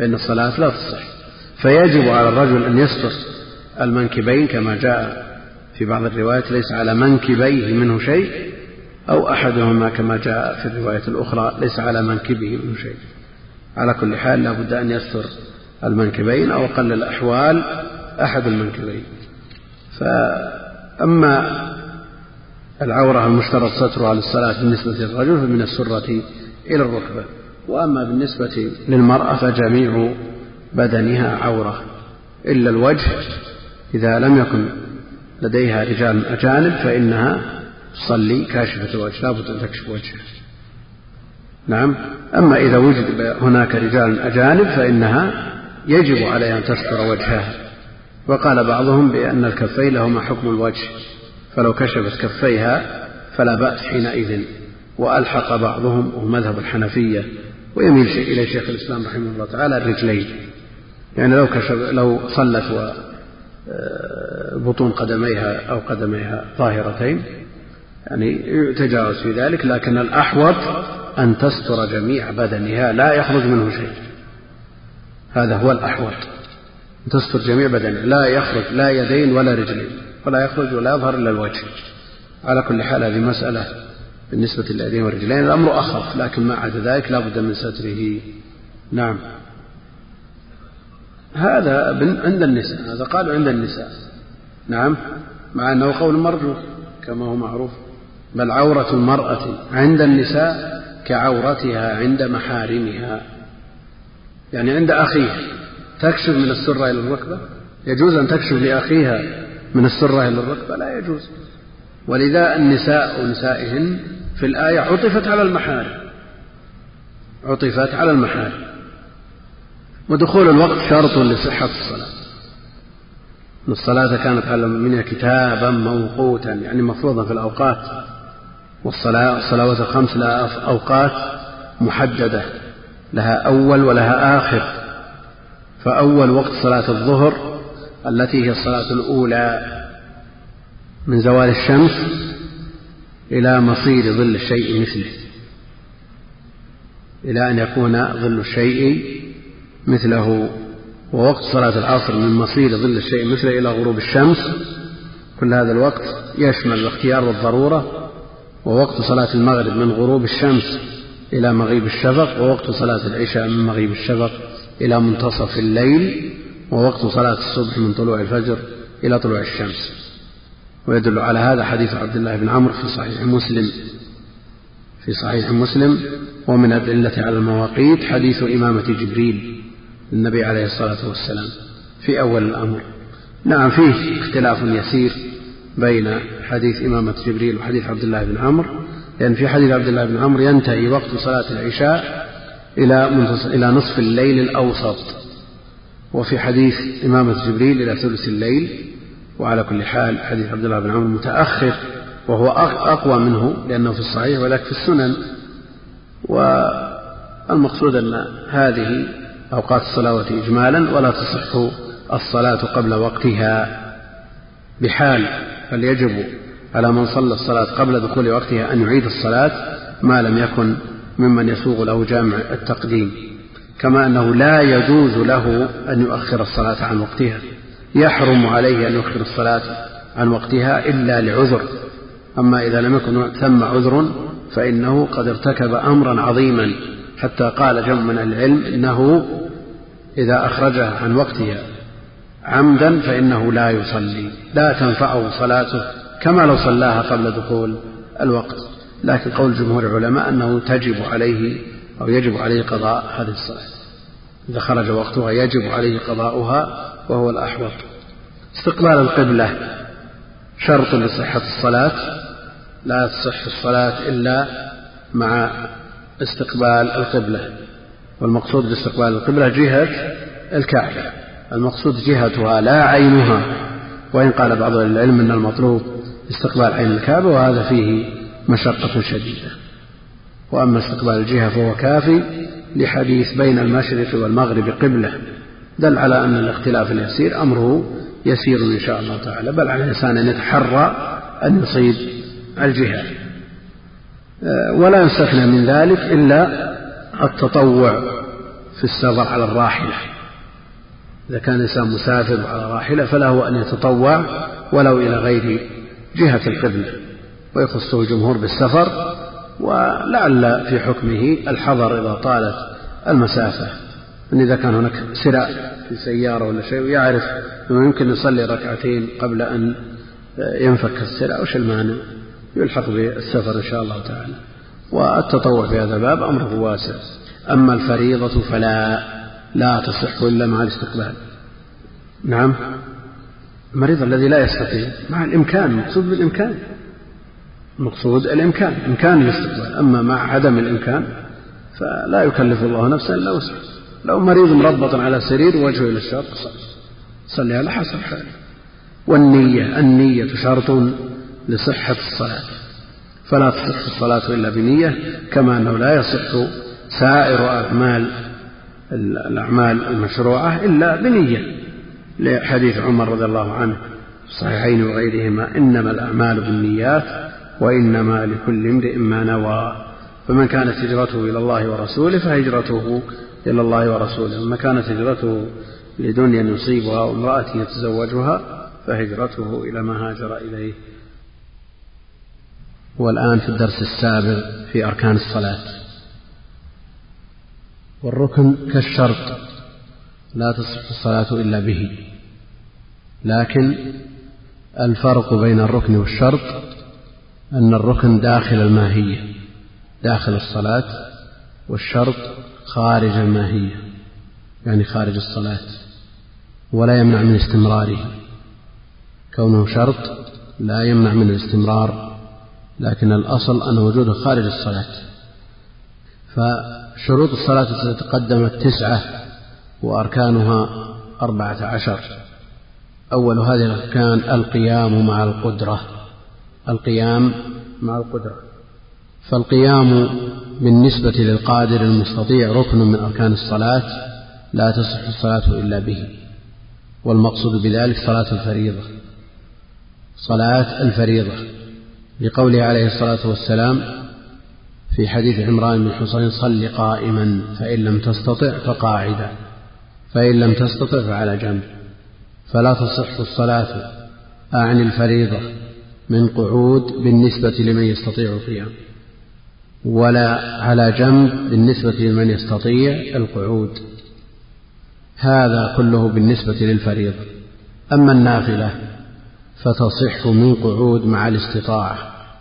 لا تصح، فيجب على الرجل أن يستر المنكبين كما جاء في بعض الروايات ليس على منكبيه منه شيء، أو أحدهما كما جاء في الرواية الأخرى ليس على منكبه منه شيء. على كل حال لا بد أن يستر المنكبين أو أقل الأحوال أحد المنكبين. فأما العورة المشترط سترها للصلاة بالنسبة للرجل فمن السرة إلى الركبة، وأما بالنسبة للمرأة فجميع بدنها عورة إلا الوجه، إذا لم يكن لديها رجال أجانب فإنها تصلي كاشفة الوجه، لا بد أن تكشف وجهها. نعم. أما إذا وجد هناك رجال أجانب فإنها يجب عليها أن تستر وجهها. وقال بعضهم بأن الكفين لهما حكم الوجه، فلو كشفت كفيها فلا بأس حينئذ. وألحق بعضهم ومذهب الحنفية ويميل إلى شيخ الإسلام رحمه الله تعالى الرجلين، يعني لو صلت وبطون قدميها أو قدميها ظاهرتين يعني يتجاوز في ذلك، لكن الأحوط أن تستر جميع بدنها لا يخرج منه شيء، هذا هو الأحوط، تستر جميع بدنها لا يخرج لا يدين ولا رجلين، ولا يخرج ولا يظهر إلا الوجه. على كل حال هذه مسألة بالنسبة لليدين والرجلين الأمر أخف، لكن ما عدا ذلك لا بد من ستره. نعم. هذا عند النساء، هذا قالوا عند النساء. نعم، مع أنه قول مرجوح كما هو معروف، بل عورة المرأة عند النساء كعورتها عند محارمها، يعني عند أخيها تكشف من السرة إلى الركبة، يجوز أن تكشف لأخيها من السرة إلى الركبة؟ لا يجوز. ولذا النساء ونسائهن في الآية عطفت على المحارم، عطفت على المحارم. ودخول الوقت شرط لصحة الصلاة، إن الصلاة كانت على المؤمنين كتابا موقوتا، يعني مفروضا في الأوقات، والصلوات الخمس لها أوقات محددة، لها أول ولها آخر. فأول وقت صلاة الظهر التي هي الصلاة الأولى من زوال الشمس إلى مصير ظل الشيء مثله، إلى أن يكون ظل الشيء مثله. ووقت صلاة العصر من مصير ظل الشيء مثله إلى غروب الشمس، كل هذا الوقت يشمل الاختيار والضرورة. ووقت صلاة المغرب من غروب الشمس إلى مغيب الشفق، ووقت صلاة العشاء من مغيب الشفق إلى منتصف الليل، ووقت صلاة الصبح من طلوع الفجر إلى طلوع الشمس. ويدل على هذا حديث عبد الله بن عمرو في صحيح مسلم. ومن الأدلة على المواقيت حديث إمامة جبريل النبي عليه الصلاة والسلام في أول الأمر. نعم، فيه اختلاف يسير بين حديث إمامة جبريل وحديث عبد الله بن عمرو، لأن في حديث عبد الله بن عمرو ينتهي وقت صلاة العشاء إلى نصف الليل الأوسط، وفي حديث إمامة جبريل إلى ثلث الليل. وعلى كل حال حديث عبد الله بن عمرو متأخر، وهو أقوى منه لأنه في الصحيح ولكن في السنن. والمقصود أن هذه أوقات الصلوات إجمالا، ولا تصح الصلاة قبل وقتها بحال، بل يجب على من صلى الصلاة قبل دخول وقتها أن يعيد الصلاة ما لم يكن ممن يسوغ له جامع التقديم. كما أنه لا يجوز له أن يؤخر الصلاة عن وقتها، يحرم عليه أن يؤخر الصلاة عن وقتها إلا لعذر. أما إذا لم يكن ثم عذر فإنه قد ارتكب أمرا عظيما، حتى قال جمع من العلم إنه إذا أخرجها عن وقتها عمدا فإنه لا يصلي، لا تنفعه صلاته كما لو صلاها قبل دخول الوقت. لكن قول جمهور العلماء أنه تجب عليه أو يجب عليه قضاء هذه الصلاة، إذا خرج وقتها يجب عليه قضاؤها، وهو الأحوط. استقبال القبلة شرط لصحة الصلاة، لا تصح الصلاة إلا مع استقبال القبلة. والمقصود باستقبال القبلة جهة الكعبة، المقصود جهتها لا عينها، وإن قال بعض العلم أن المطلوب استقبال عين الكعبة، وهذا فيه مشقة شديدة. وأما استقبال الجهة فهو كافي لحديث بين المشرق والمغرب قبلة، دل على أن الاختلاف اليسير أمره يسير إن شاء الله تعالى، بل على الإنسان أن يتحرى أن يصيب الجهة. ولا يستثنى من ذلك إلا التطوع في السفر على الراحلة، إذا كان الإنسان مسافر على راحلة فله أن يتطوع ولو إلى غير جهة القبلة، ويخصه الجمهور بالسفر، ولعل في حكمه الحضر إذا طالت المسافة، أن إذا كان هناك سراء في سيارة ولا شيء ويعرف أنه يمكن يصلي ركعتين قبل أن ينفك السراء وش المانع، يلحق بالسفر إن شاء الله تعالى. والتطوع في هذا الباب أمره واسع. أما الفريضة فلا تصح إلا مع الاستقبال. نعم، المريض الذي لا يستطيع مع الإمكان، المقصود بالإمكان، المقصود الإمكان، إمكان الاستقبال. أما مع عدم الإمكان فلا يكلف الله نفسا إلا وسعها. لو مريض مربط على سرير ووجهه إلى الشرق صلي على حسب حاله. والنية شرط لصحة الصلاة، فلا تصح الصلاة إلا بنية، كما أنه لا يصح سائر الأعمال المشروعة إلا بنية، لحديث عمر رضي الله عنه في الصحيحين وغيرهما: إنما الأعمال بالنيات وإنما لكل امرئ ما نوى. فمن كانت هجرته إلى الله ورسوله فهجرته إلى الله ورسوله، ومن كانت هجرته لدنيا يصيبها وامرأة يتزوجها فهجرته إلى ما هاجر إليه. والآن في الدرس السابع في أركان الصلاة. والركن كالشرط لا تصح الصلاة إلا به، لكن الفرق بين الركن والشرط أن الركن داخل الماهية، داخل الصلاة، والشرط خارج الماهية، يعني خارج الصلاة، ولا يمنع من استمراره. كونه شرط لا يمنع من الاستمرار، لكن الأصل أن وجوده خارج الصلاة. فشروط الصلاة التي تقدمت 9 وأركانها 14. أول هذه الأركان القيام مع القدرة. القيام مع القدرة، فالقيام بالنسبة للقادر المستطيع ركن من أركان الصلاة لا تصح الصلاة إلا به. والمقصود بذلك صلاة الفريضة، صلاة الفريضة، لقوله عليه الصلاة والسلام في حديث عمران بن حصين: صل قائما فإن لم تستطع فقاعدا فإن لم تستطع فعلى جنب. فلا تصح الصلاة عن الفريضة من قعود بالنسبة لمن يستطيع القيام، ولا على جنب بالنسبة لمن يستطيع القعود. هذا كله بالنسبة للفريضة. أما النافلة فتصح من قعود مع الاستطاعة،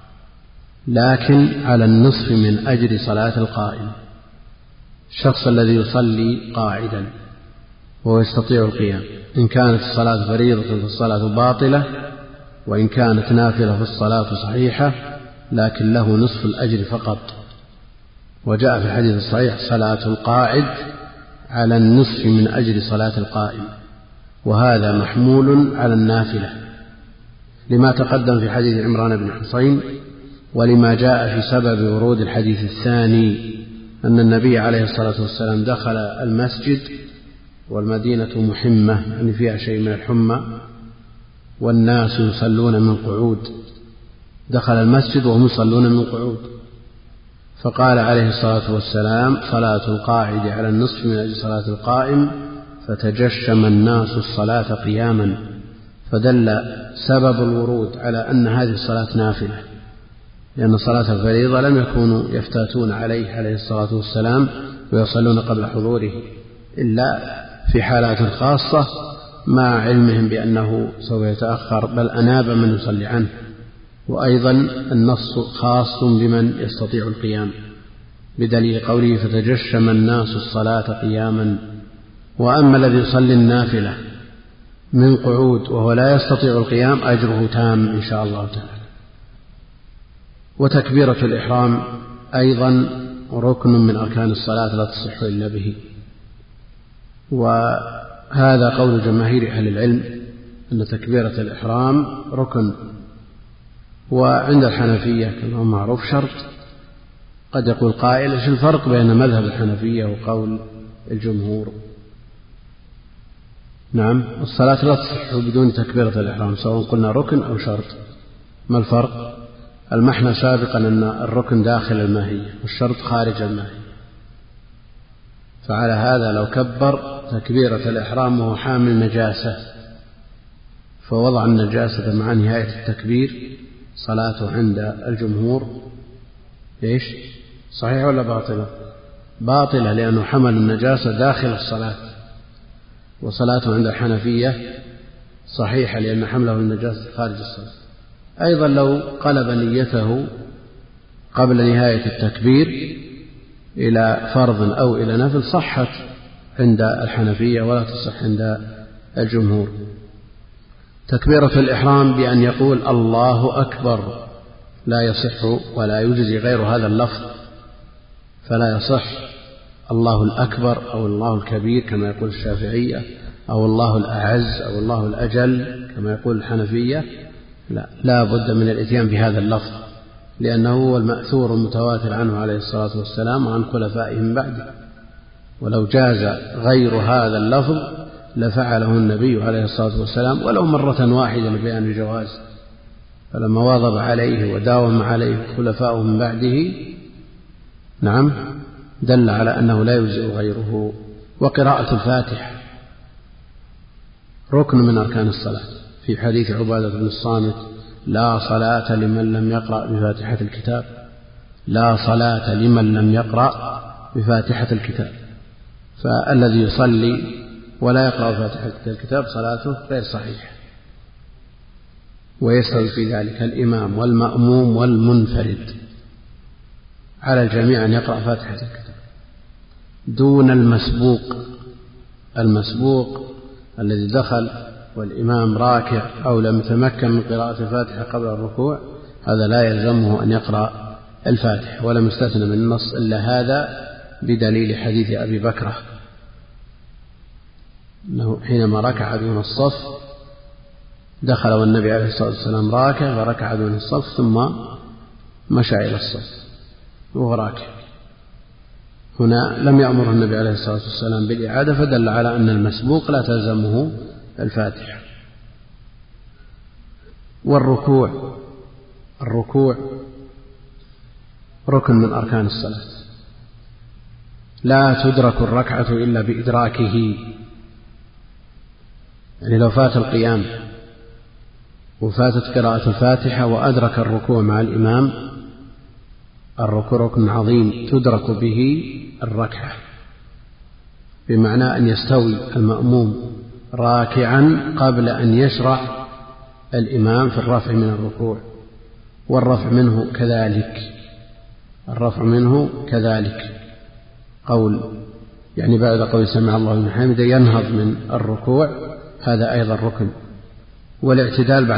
لكن على النصف من أجر صلاة القائم. الشخص الذي يصلي قاعدا وهو يستطيع القيام، إن كانت الصلاة فريضة فالصلاة باطلة، وإن كانت نافلة فالصلاة صحيحة، لكن له نصف الأجر فقط. وجاء في الحديث الصحيح: صلاة القاعد على النصف من أجر صلاة القائم. وهذا محمول على النافلة لما تقدم في حديث عمران بن حصين، ولما جاء في سبب ورود الحديث الثاني أن النبي عليه الصلاة والسلام دخل المسجد والمدينة محمة، يعني فيها شيء من الحمى، والناس يصلون من قعود. دخل المسجد وهم يصلون من قعود، فقال عليه الصلاة والسلام: صلاة القاعد على النصف من أجل صلاة القائم، فتجشم الناس الصلاة قياما. فدل سبب الورود على أن هذه الصلاة نافلة، لأن صلاة الفريضة لم يكونوا يفتاتون عليه الصلاة والسلام ويصلون قبل حضوره إلا في حالات خاصة مع علمهم بأنه سوف يتأخر، بل أناب من يصلي عنه. وأيضا النص خاص بمن يستطيع القيام بدليل قوله: فتجشم الناس الصلاة قياما. وأما الذي يصلي النافلة من قعود وهو لا يستطيع القيام أجره تام إن شاء الله تعالى. وتكبيرة الإحرام أيضا ركن من أركان الصلاة لا تصح إلا به، وهذا قول جماهير أهل العلم أن تكبيرة الإحرام ركن. وعند الحنفية كما هو معروف شرط. قد يقول قائل: ايش الفرق بين مذهب الحنفية وقول الجمهور؟ نعم، الصلاة لا تصح بدون تكبيرة الإحرام، سواء قلنا ركن أو شرط. ما الفرق؟ المحنى سابقا أن الركن داخل الماهية والشرط خارج الماهية، فعلى هذا لو كبر تكبيرة الإحرام وهو حامل نجاسة فوضع النجاسة مع نهاية التكبير صلاته عند الجمهور إيش؟ صحيح ولا باطلة؟ باطلة، لأنه حمل النجاسة داخل الصلاة. وصلاته عند الحنفية صحيحة، لأن حمله النجاسة خارج الصلاة. أيضا لو قلب نيته قبل نهاية التكبير إلى فرض أو إلى نفل صحت عند الحنفية ولا تصح عند الجمهور. تكبيرة الإحرام بأن يقول الله أكبر لا يصح ولا يجزي غير هذا اللفظ، فلا يصح الله الأكبر أو الله الكبير كما يقول الشافعية، أو الله الأعز أو الله الأجل كما يقول الحنفية. لا بد من الإتيان بهذا اللفظ، لأنه هو المأثور المتواتر عنه عليه الصلاة والسلام وعن خلفائه من بعده. ولو جاز غير هذا اللفظ لفعله النبي عليه الصلاة والسلام ولو مرة واحدة لبيان الجواز، فلما واظب عليه وداوم عليه خلفائه من بعده دل على أنه لا يجزئ غيره. وقراءة الفاتحة ركن من أركان الصلاة، في حديث عبادة بن الصامت: لا صلاة لمن لم يقرأ بفاتحة الكتاب، لا صلاة لمن لم يقرأ بفاتحة الكتاب. فالذي يصلي ولا يقرأ بفاتحة الكتاب صلاته غير صحيحة. ويستوي في ذلك الإمام والمأموم والمنفرد، على الجميع أن يقرأ فاتحة الكتاب دون المسبوق الذي دخل والإمام راكع أو لم يتمكن من قراءة الفاتحة قبل الركوع، هذا لا يلزمه أن يقرأ الفاتحة، ولم يستثنى من النص إلا هذا بدليل حديث أبي بكرة أنه حينما ركع دون الصف دخل والنبي عليه الصلاة والسلام راكع فركع دون الصف ثم مشى إلى الصف وهو راكع. هنا لم يأمر النبي عليه الصلاة والسلام بالإعادة، فدل على أن المسبوق لا تلزمه الفاتحة. والركوع ركن من أركان الصلاة، لا تدرك الركعة إلا بإدراكه. يعني لو فات القيام وفاتت قراءة الفاتحة وأدرك الركوع مع الإمام، الركوع ركن عظيم تدرك به الركعة، بمعنى أن يستوي المأموم راكعا قبل أن يشرع الإمام في الرفع من الركوع، والرفع منه كذلك قول يعني بعد قول سمع الله لمن حمده ينهض من الركوع، هذا أيضا ركن. والاعتدال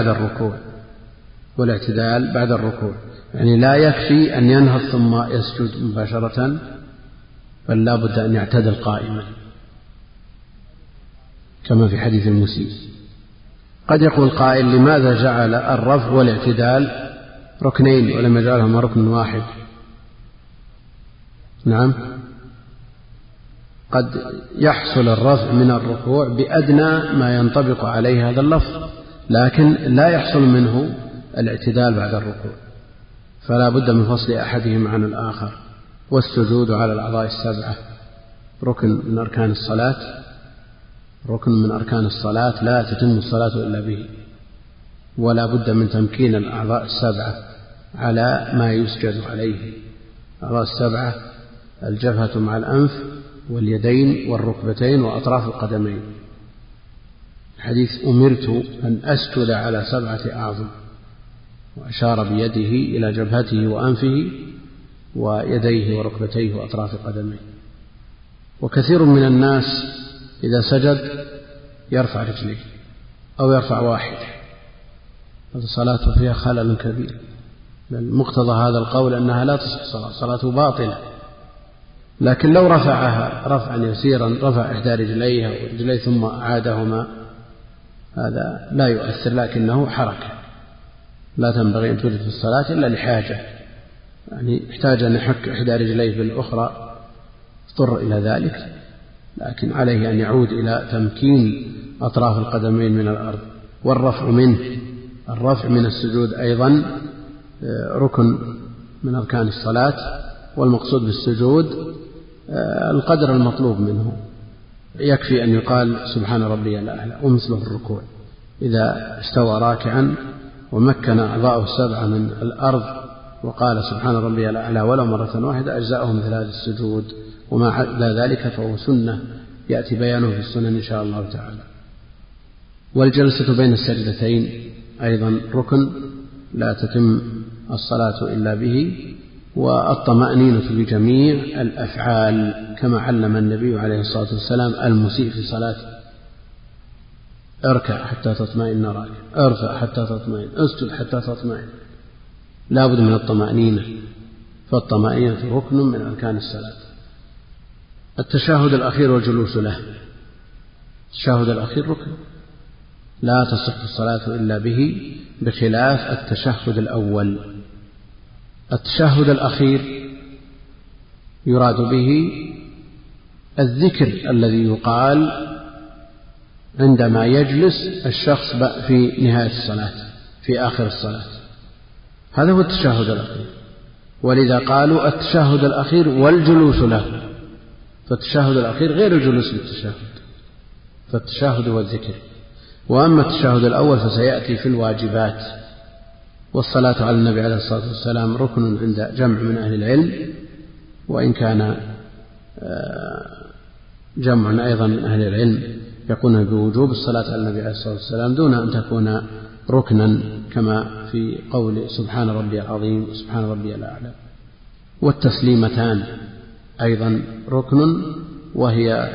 بعد الركوع يعني لا يكفي أن ينهض ثم يسجد مباشرة، بل لا بد أن يعتدل قائما كما في حديث المسيء. قد يقول قائل: لماذا جعل الرفع والاعتدال ركنين ولم يجعلهما ركن واحد؟ نعم، قد يحصل الرفع من الركوع بأدنى ما ينطبق عليه هذا اللفظ، لكن لا يحصل منه الاعتدال بعد الركوع، فلا بد من فصل أحدهما عن الآخر. والسجود على الأعضاء السبعة ركن من أركان الصلاة لا تتم الصلاة إلا به، ولا بد من تمكين الأعضاء السبعة على ما يسجد عليه. الأعضاء السبعة: الجبهة مع الأنف واليدين والركبتين وأطراف القدمين. الحديث: أمرت أن أسجد على 7 أعظم، وأشار بيده إلى جبهته وأنفه ويديه وركبتيه وأطراف قدميه. وكثير من الناس إذا سجد يرفع رجليه أو يرفع واحد، هذا صلاته فيها خلل كبير، بل مقتضى هذا القول أنها لا تصح صلاته باطلة. لكن لو رفعها رفعا يسيرا، رفع إحدى رجليه ورجليه ثم أعادهما، هذا لا يؤثر، لكنه حركة لا تنبغي أن توجد في الصلاة إلا لحاجة، يعني احتاج أن يحك إحدى رجليه بالأخرى اضطر إلى ذلك، لكن عليه أن يعود إلى تمكين أطراف القدمين من الأرض. الرفع من السجود أيضا ركن من أركان الصلاة، والمقصود بالسجود القدر المطلوب منه، يكفي أن يقال سبحان ربي الأعلى ومثله الركوع، إذا استوى راكعا ومكن أعضاءه السبعة من الأرض وقال سبحان ربي الأعلى ولو مرة واحدة أجزاؤه مثل هذا السجود، وما عدا ذلك فهو سنة يأتي بيانه في السنن إن شاء الله تعالى. والجلسة بين السجدتين أيضا ركن لا تتم الصلاة إلا به، والطمأنينة بجميع الأفعال كما علم النبي عليه الصلاة والسلام المسيء في صلاته: اركع حتى تطمئن راكع، ارفع حتى تطمئن، اسجد حتى تطمئن. لا بد من الطمأنينة، فالطمأنينة ركن من أركان الصلاة. التشهد الأخير والجلوس له. التشهد الأخير ركن لا تصح الصلاة إلا به بخلاف التشهد الأول. التشهد الأخير يراد به الذكر الذي يقال عندما يجلس الشخص في نهاية الصلاة في آخر الصلاة، هذا هو التشهد الأخير. ولذا قالوا التشهد الأخير والجلوس له، فالتشهد الأخير غير الجلوس للتشهد، فالتشهد هو الذكر. وأما التشهد الأول فسيأتي في الواجبات. والصلاة على النبي عليه الصلاة والسلام ركن عند جمع من أهل العلم، وإن كان جمع أيضا من أهل العلم يقولون بوجوب الصلاة على النبي عليه الصلاة والسلام دون أن تكون ركنا، كما في قول سبحان ربي العظيم وسبحان ربي الأعلى. والتسليمتان أيضا ركن، وهي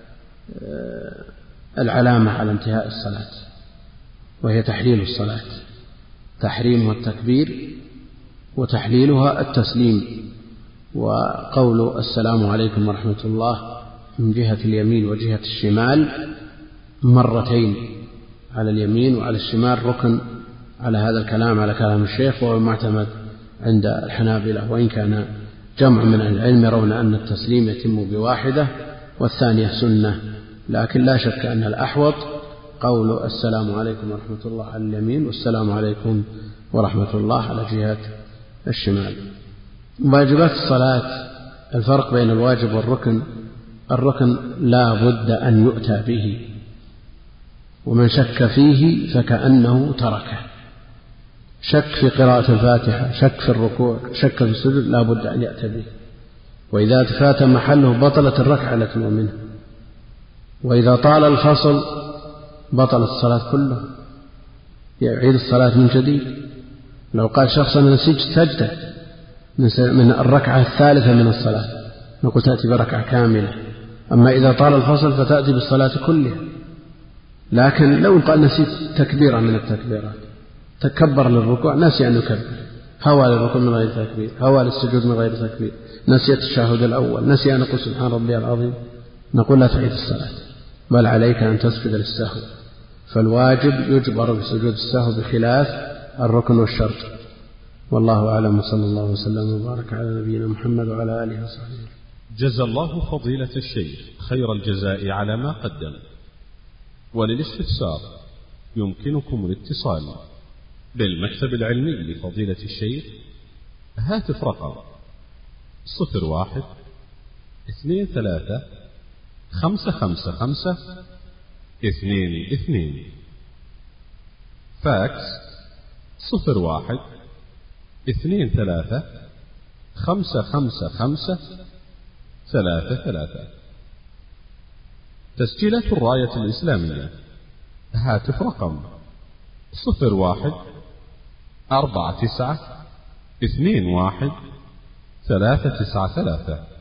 العلامة على انتهاء الصلاة، وهي تحليل الصلاة، تحريمها التكبير وتحليلها التسليم. وقول السلام عليكم ورحمة الله من جهة اليمين وجهة الشمال مرتين على اليمين وعلى الشمال ركن على هذا الكلام، على كلام الشيخ، وهو المعتمد عند الحنابلة، وإن كان جمع من أهل العلم يرون أن التسليم يتم بواحدة والثانية سنة، لكن لا شك أن الأحوط قول السلام عليكم ورحمة الله على اليمين والسلام عليكم ورحمة الله على جهة الشمال. واجبات الصلاة الفرق بين الواجب والركن: الركن لا بد أن يؤتى به، ومن شك فيه فكأنه تركه. شك في قراءة الفاتحة، شك في الركوع، شك في السجود، لا بد أن يأتي به. وإذا فات محله بطلت الركعة التي هو منها، وإذا طال الفصل بطلت الصلاة كلها، يعيد الصلاة من جديد. لو قال شخص أنا نسيت سجدة من الركعة الثالثة من الصلاة، نقول تأتي بركعة كاملة. أما إذا طال الفصل فتأتي بالصلاة كلها. لكن لو قال نسيت تكبيرة من التكبيرات، تكبر للركوع نسي أن يكبر، هوى للركوع من غير تكبير، هوى للسجود من غير تكبير، نسي التشهد الأول، نسي أن يقول سبحان ربي العظيم، نقول لا تعيد الصلاة، بل عليك أن تسجد للسهو. فالواجب يجبر بسجود السهو بخلاف الركن والشرط. والله أعلم، وصلى الله وسلم وبارك على نبينا محمد وعلى آله وصحبه. جزى الله فضيلة الشيخ خير الجزاء على ما قدم. وللاستفسار يمكنكم الاتصال بالمكتب العلمي لفضيلة الشيخ. هاتف رقم 01 23 555 22. فاكس 01 23 555 33. تسجيلات الراية الإسلامية. هاتف رقم 01 49 21 393.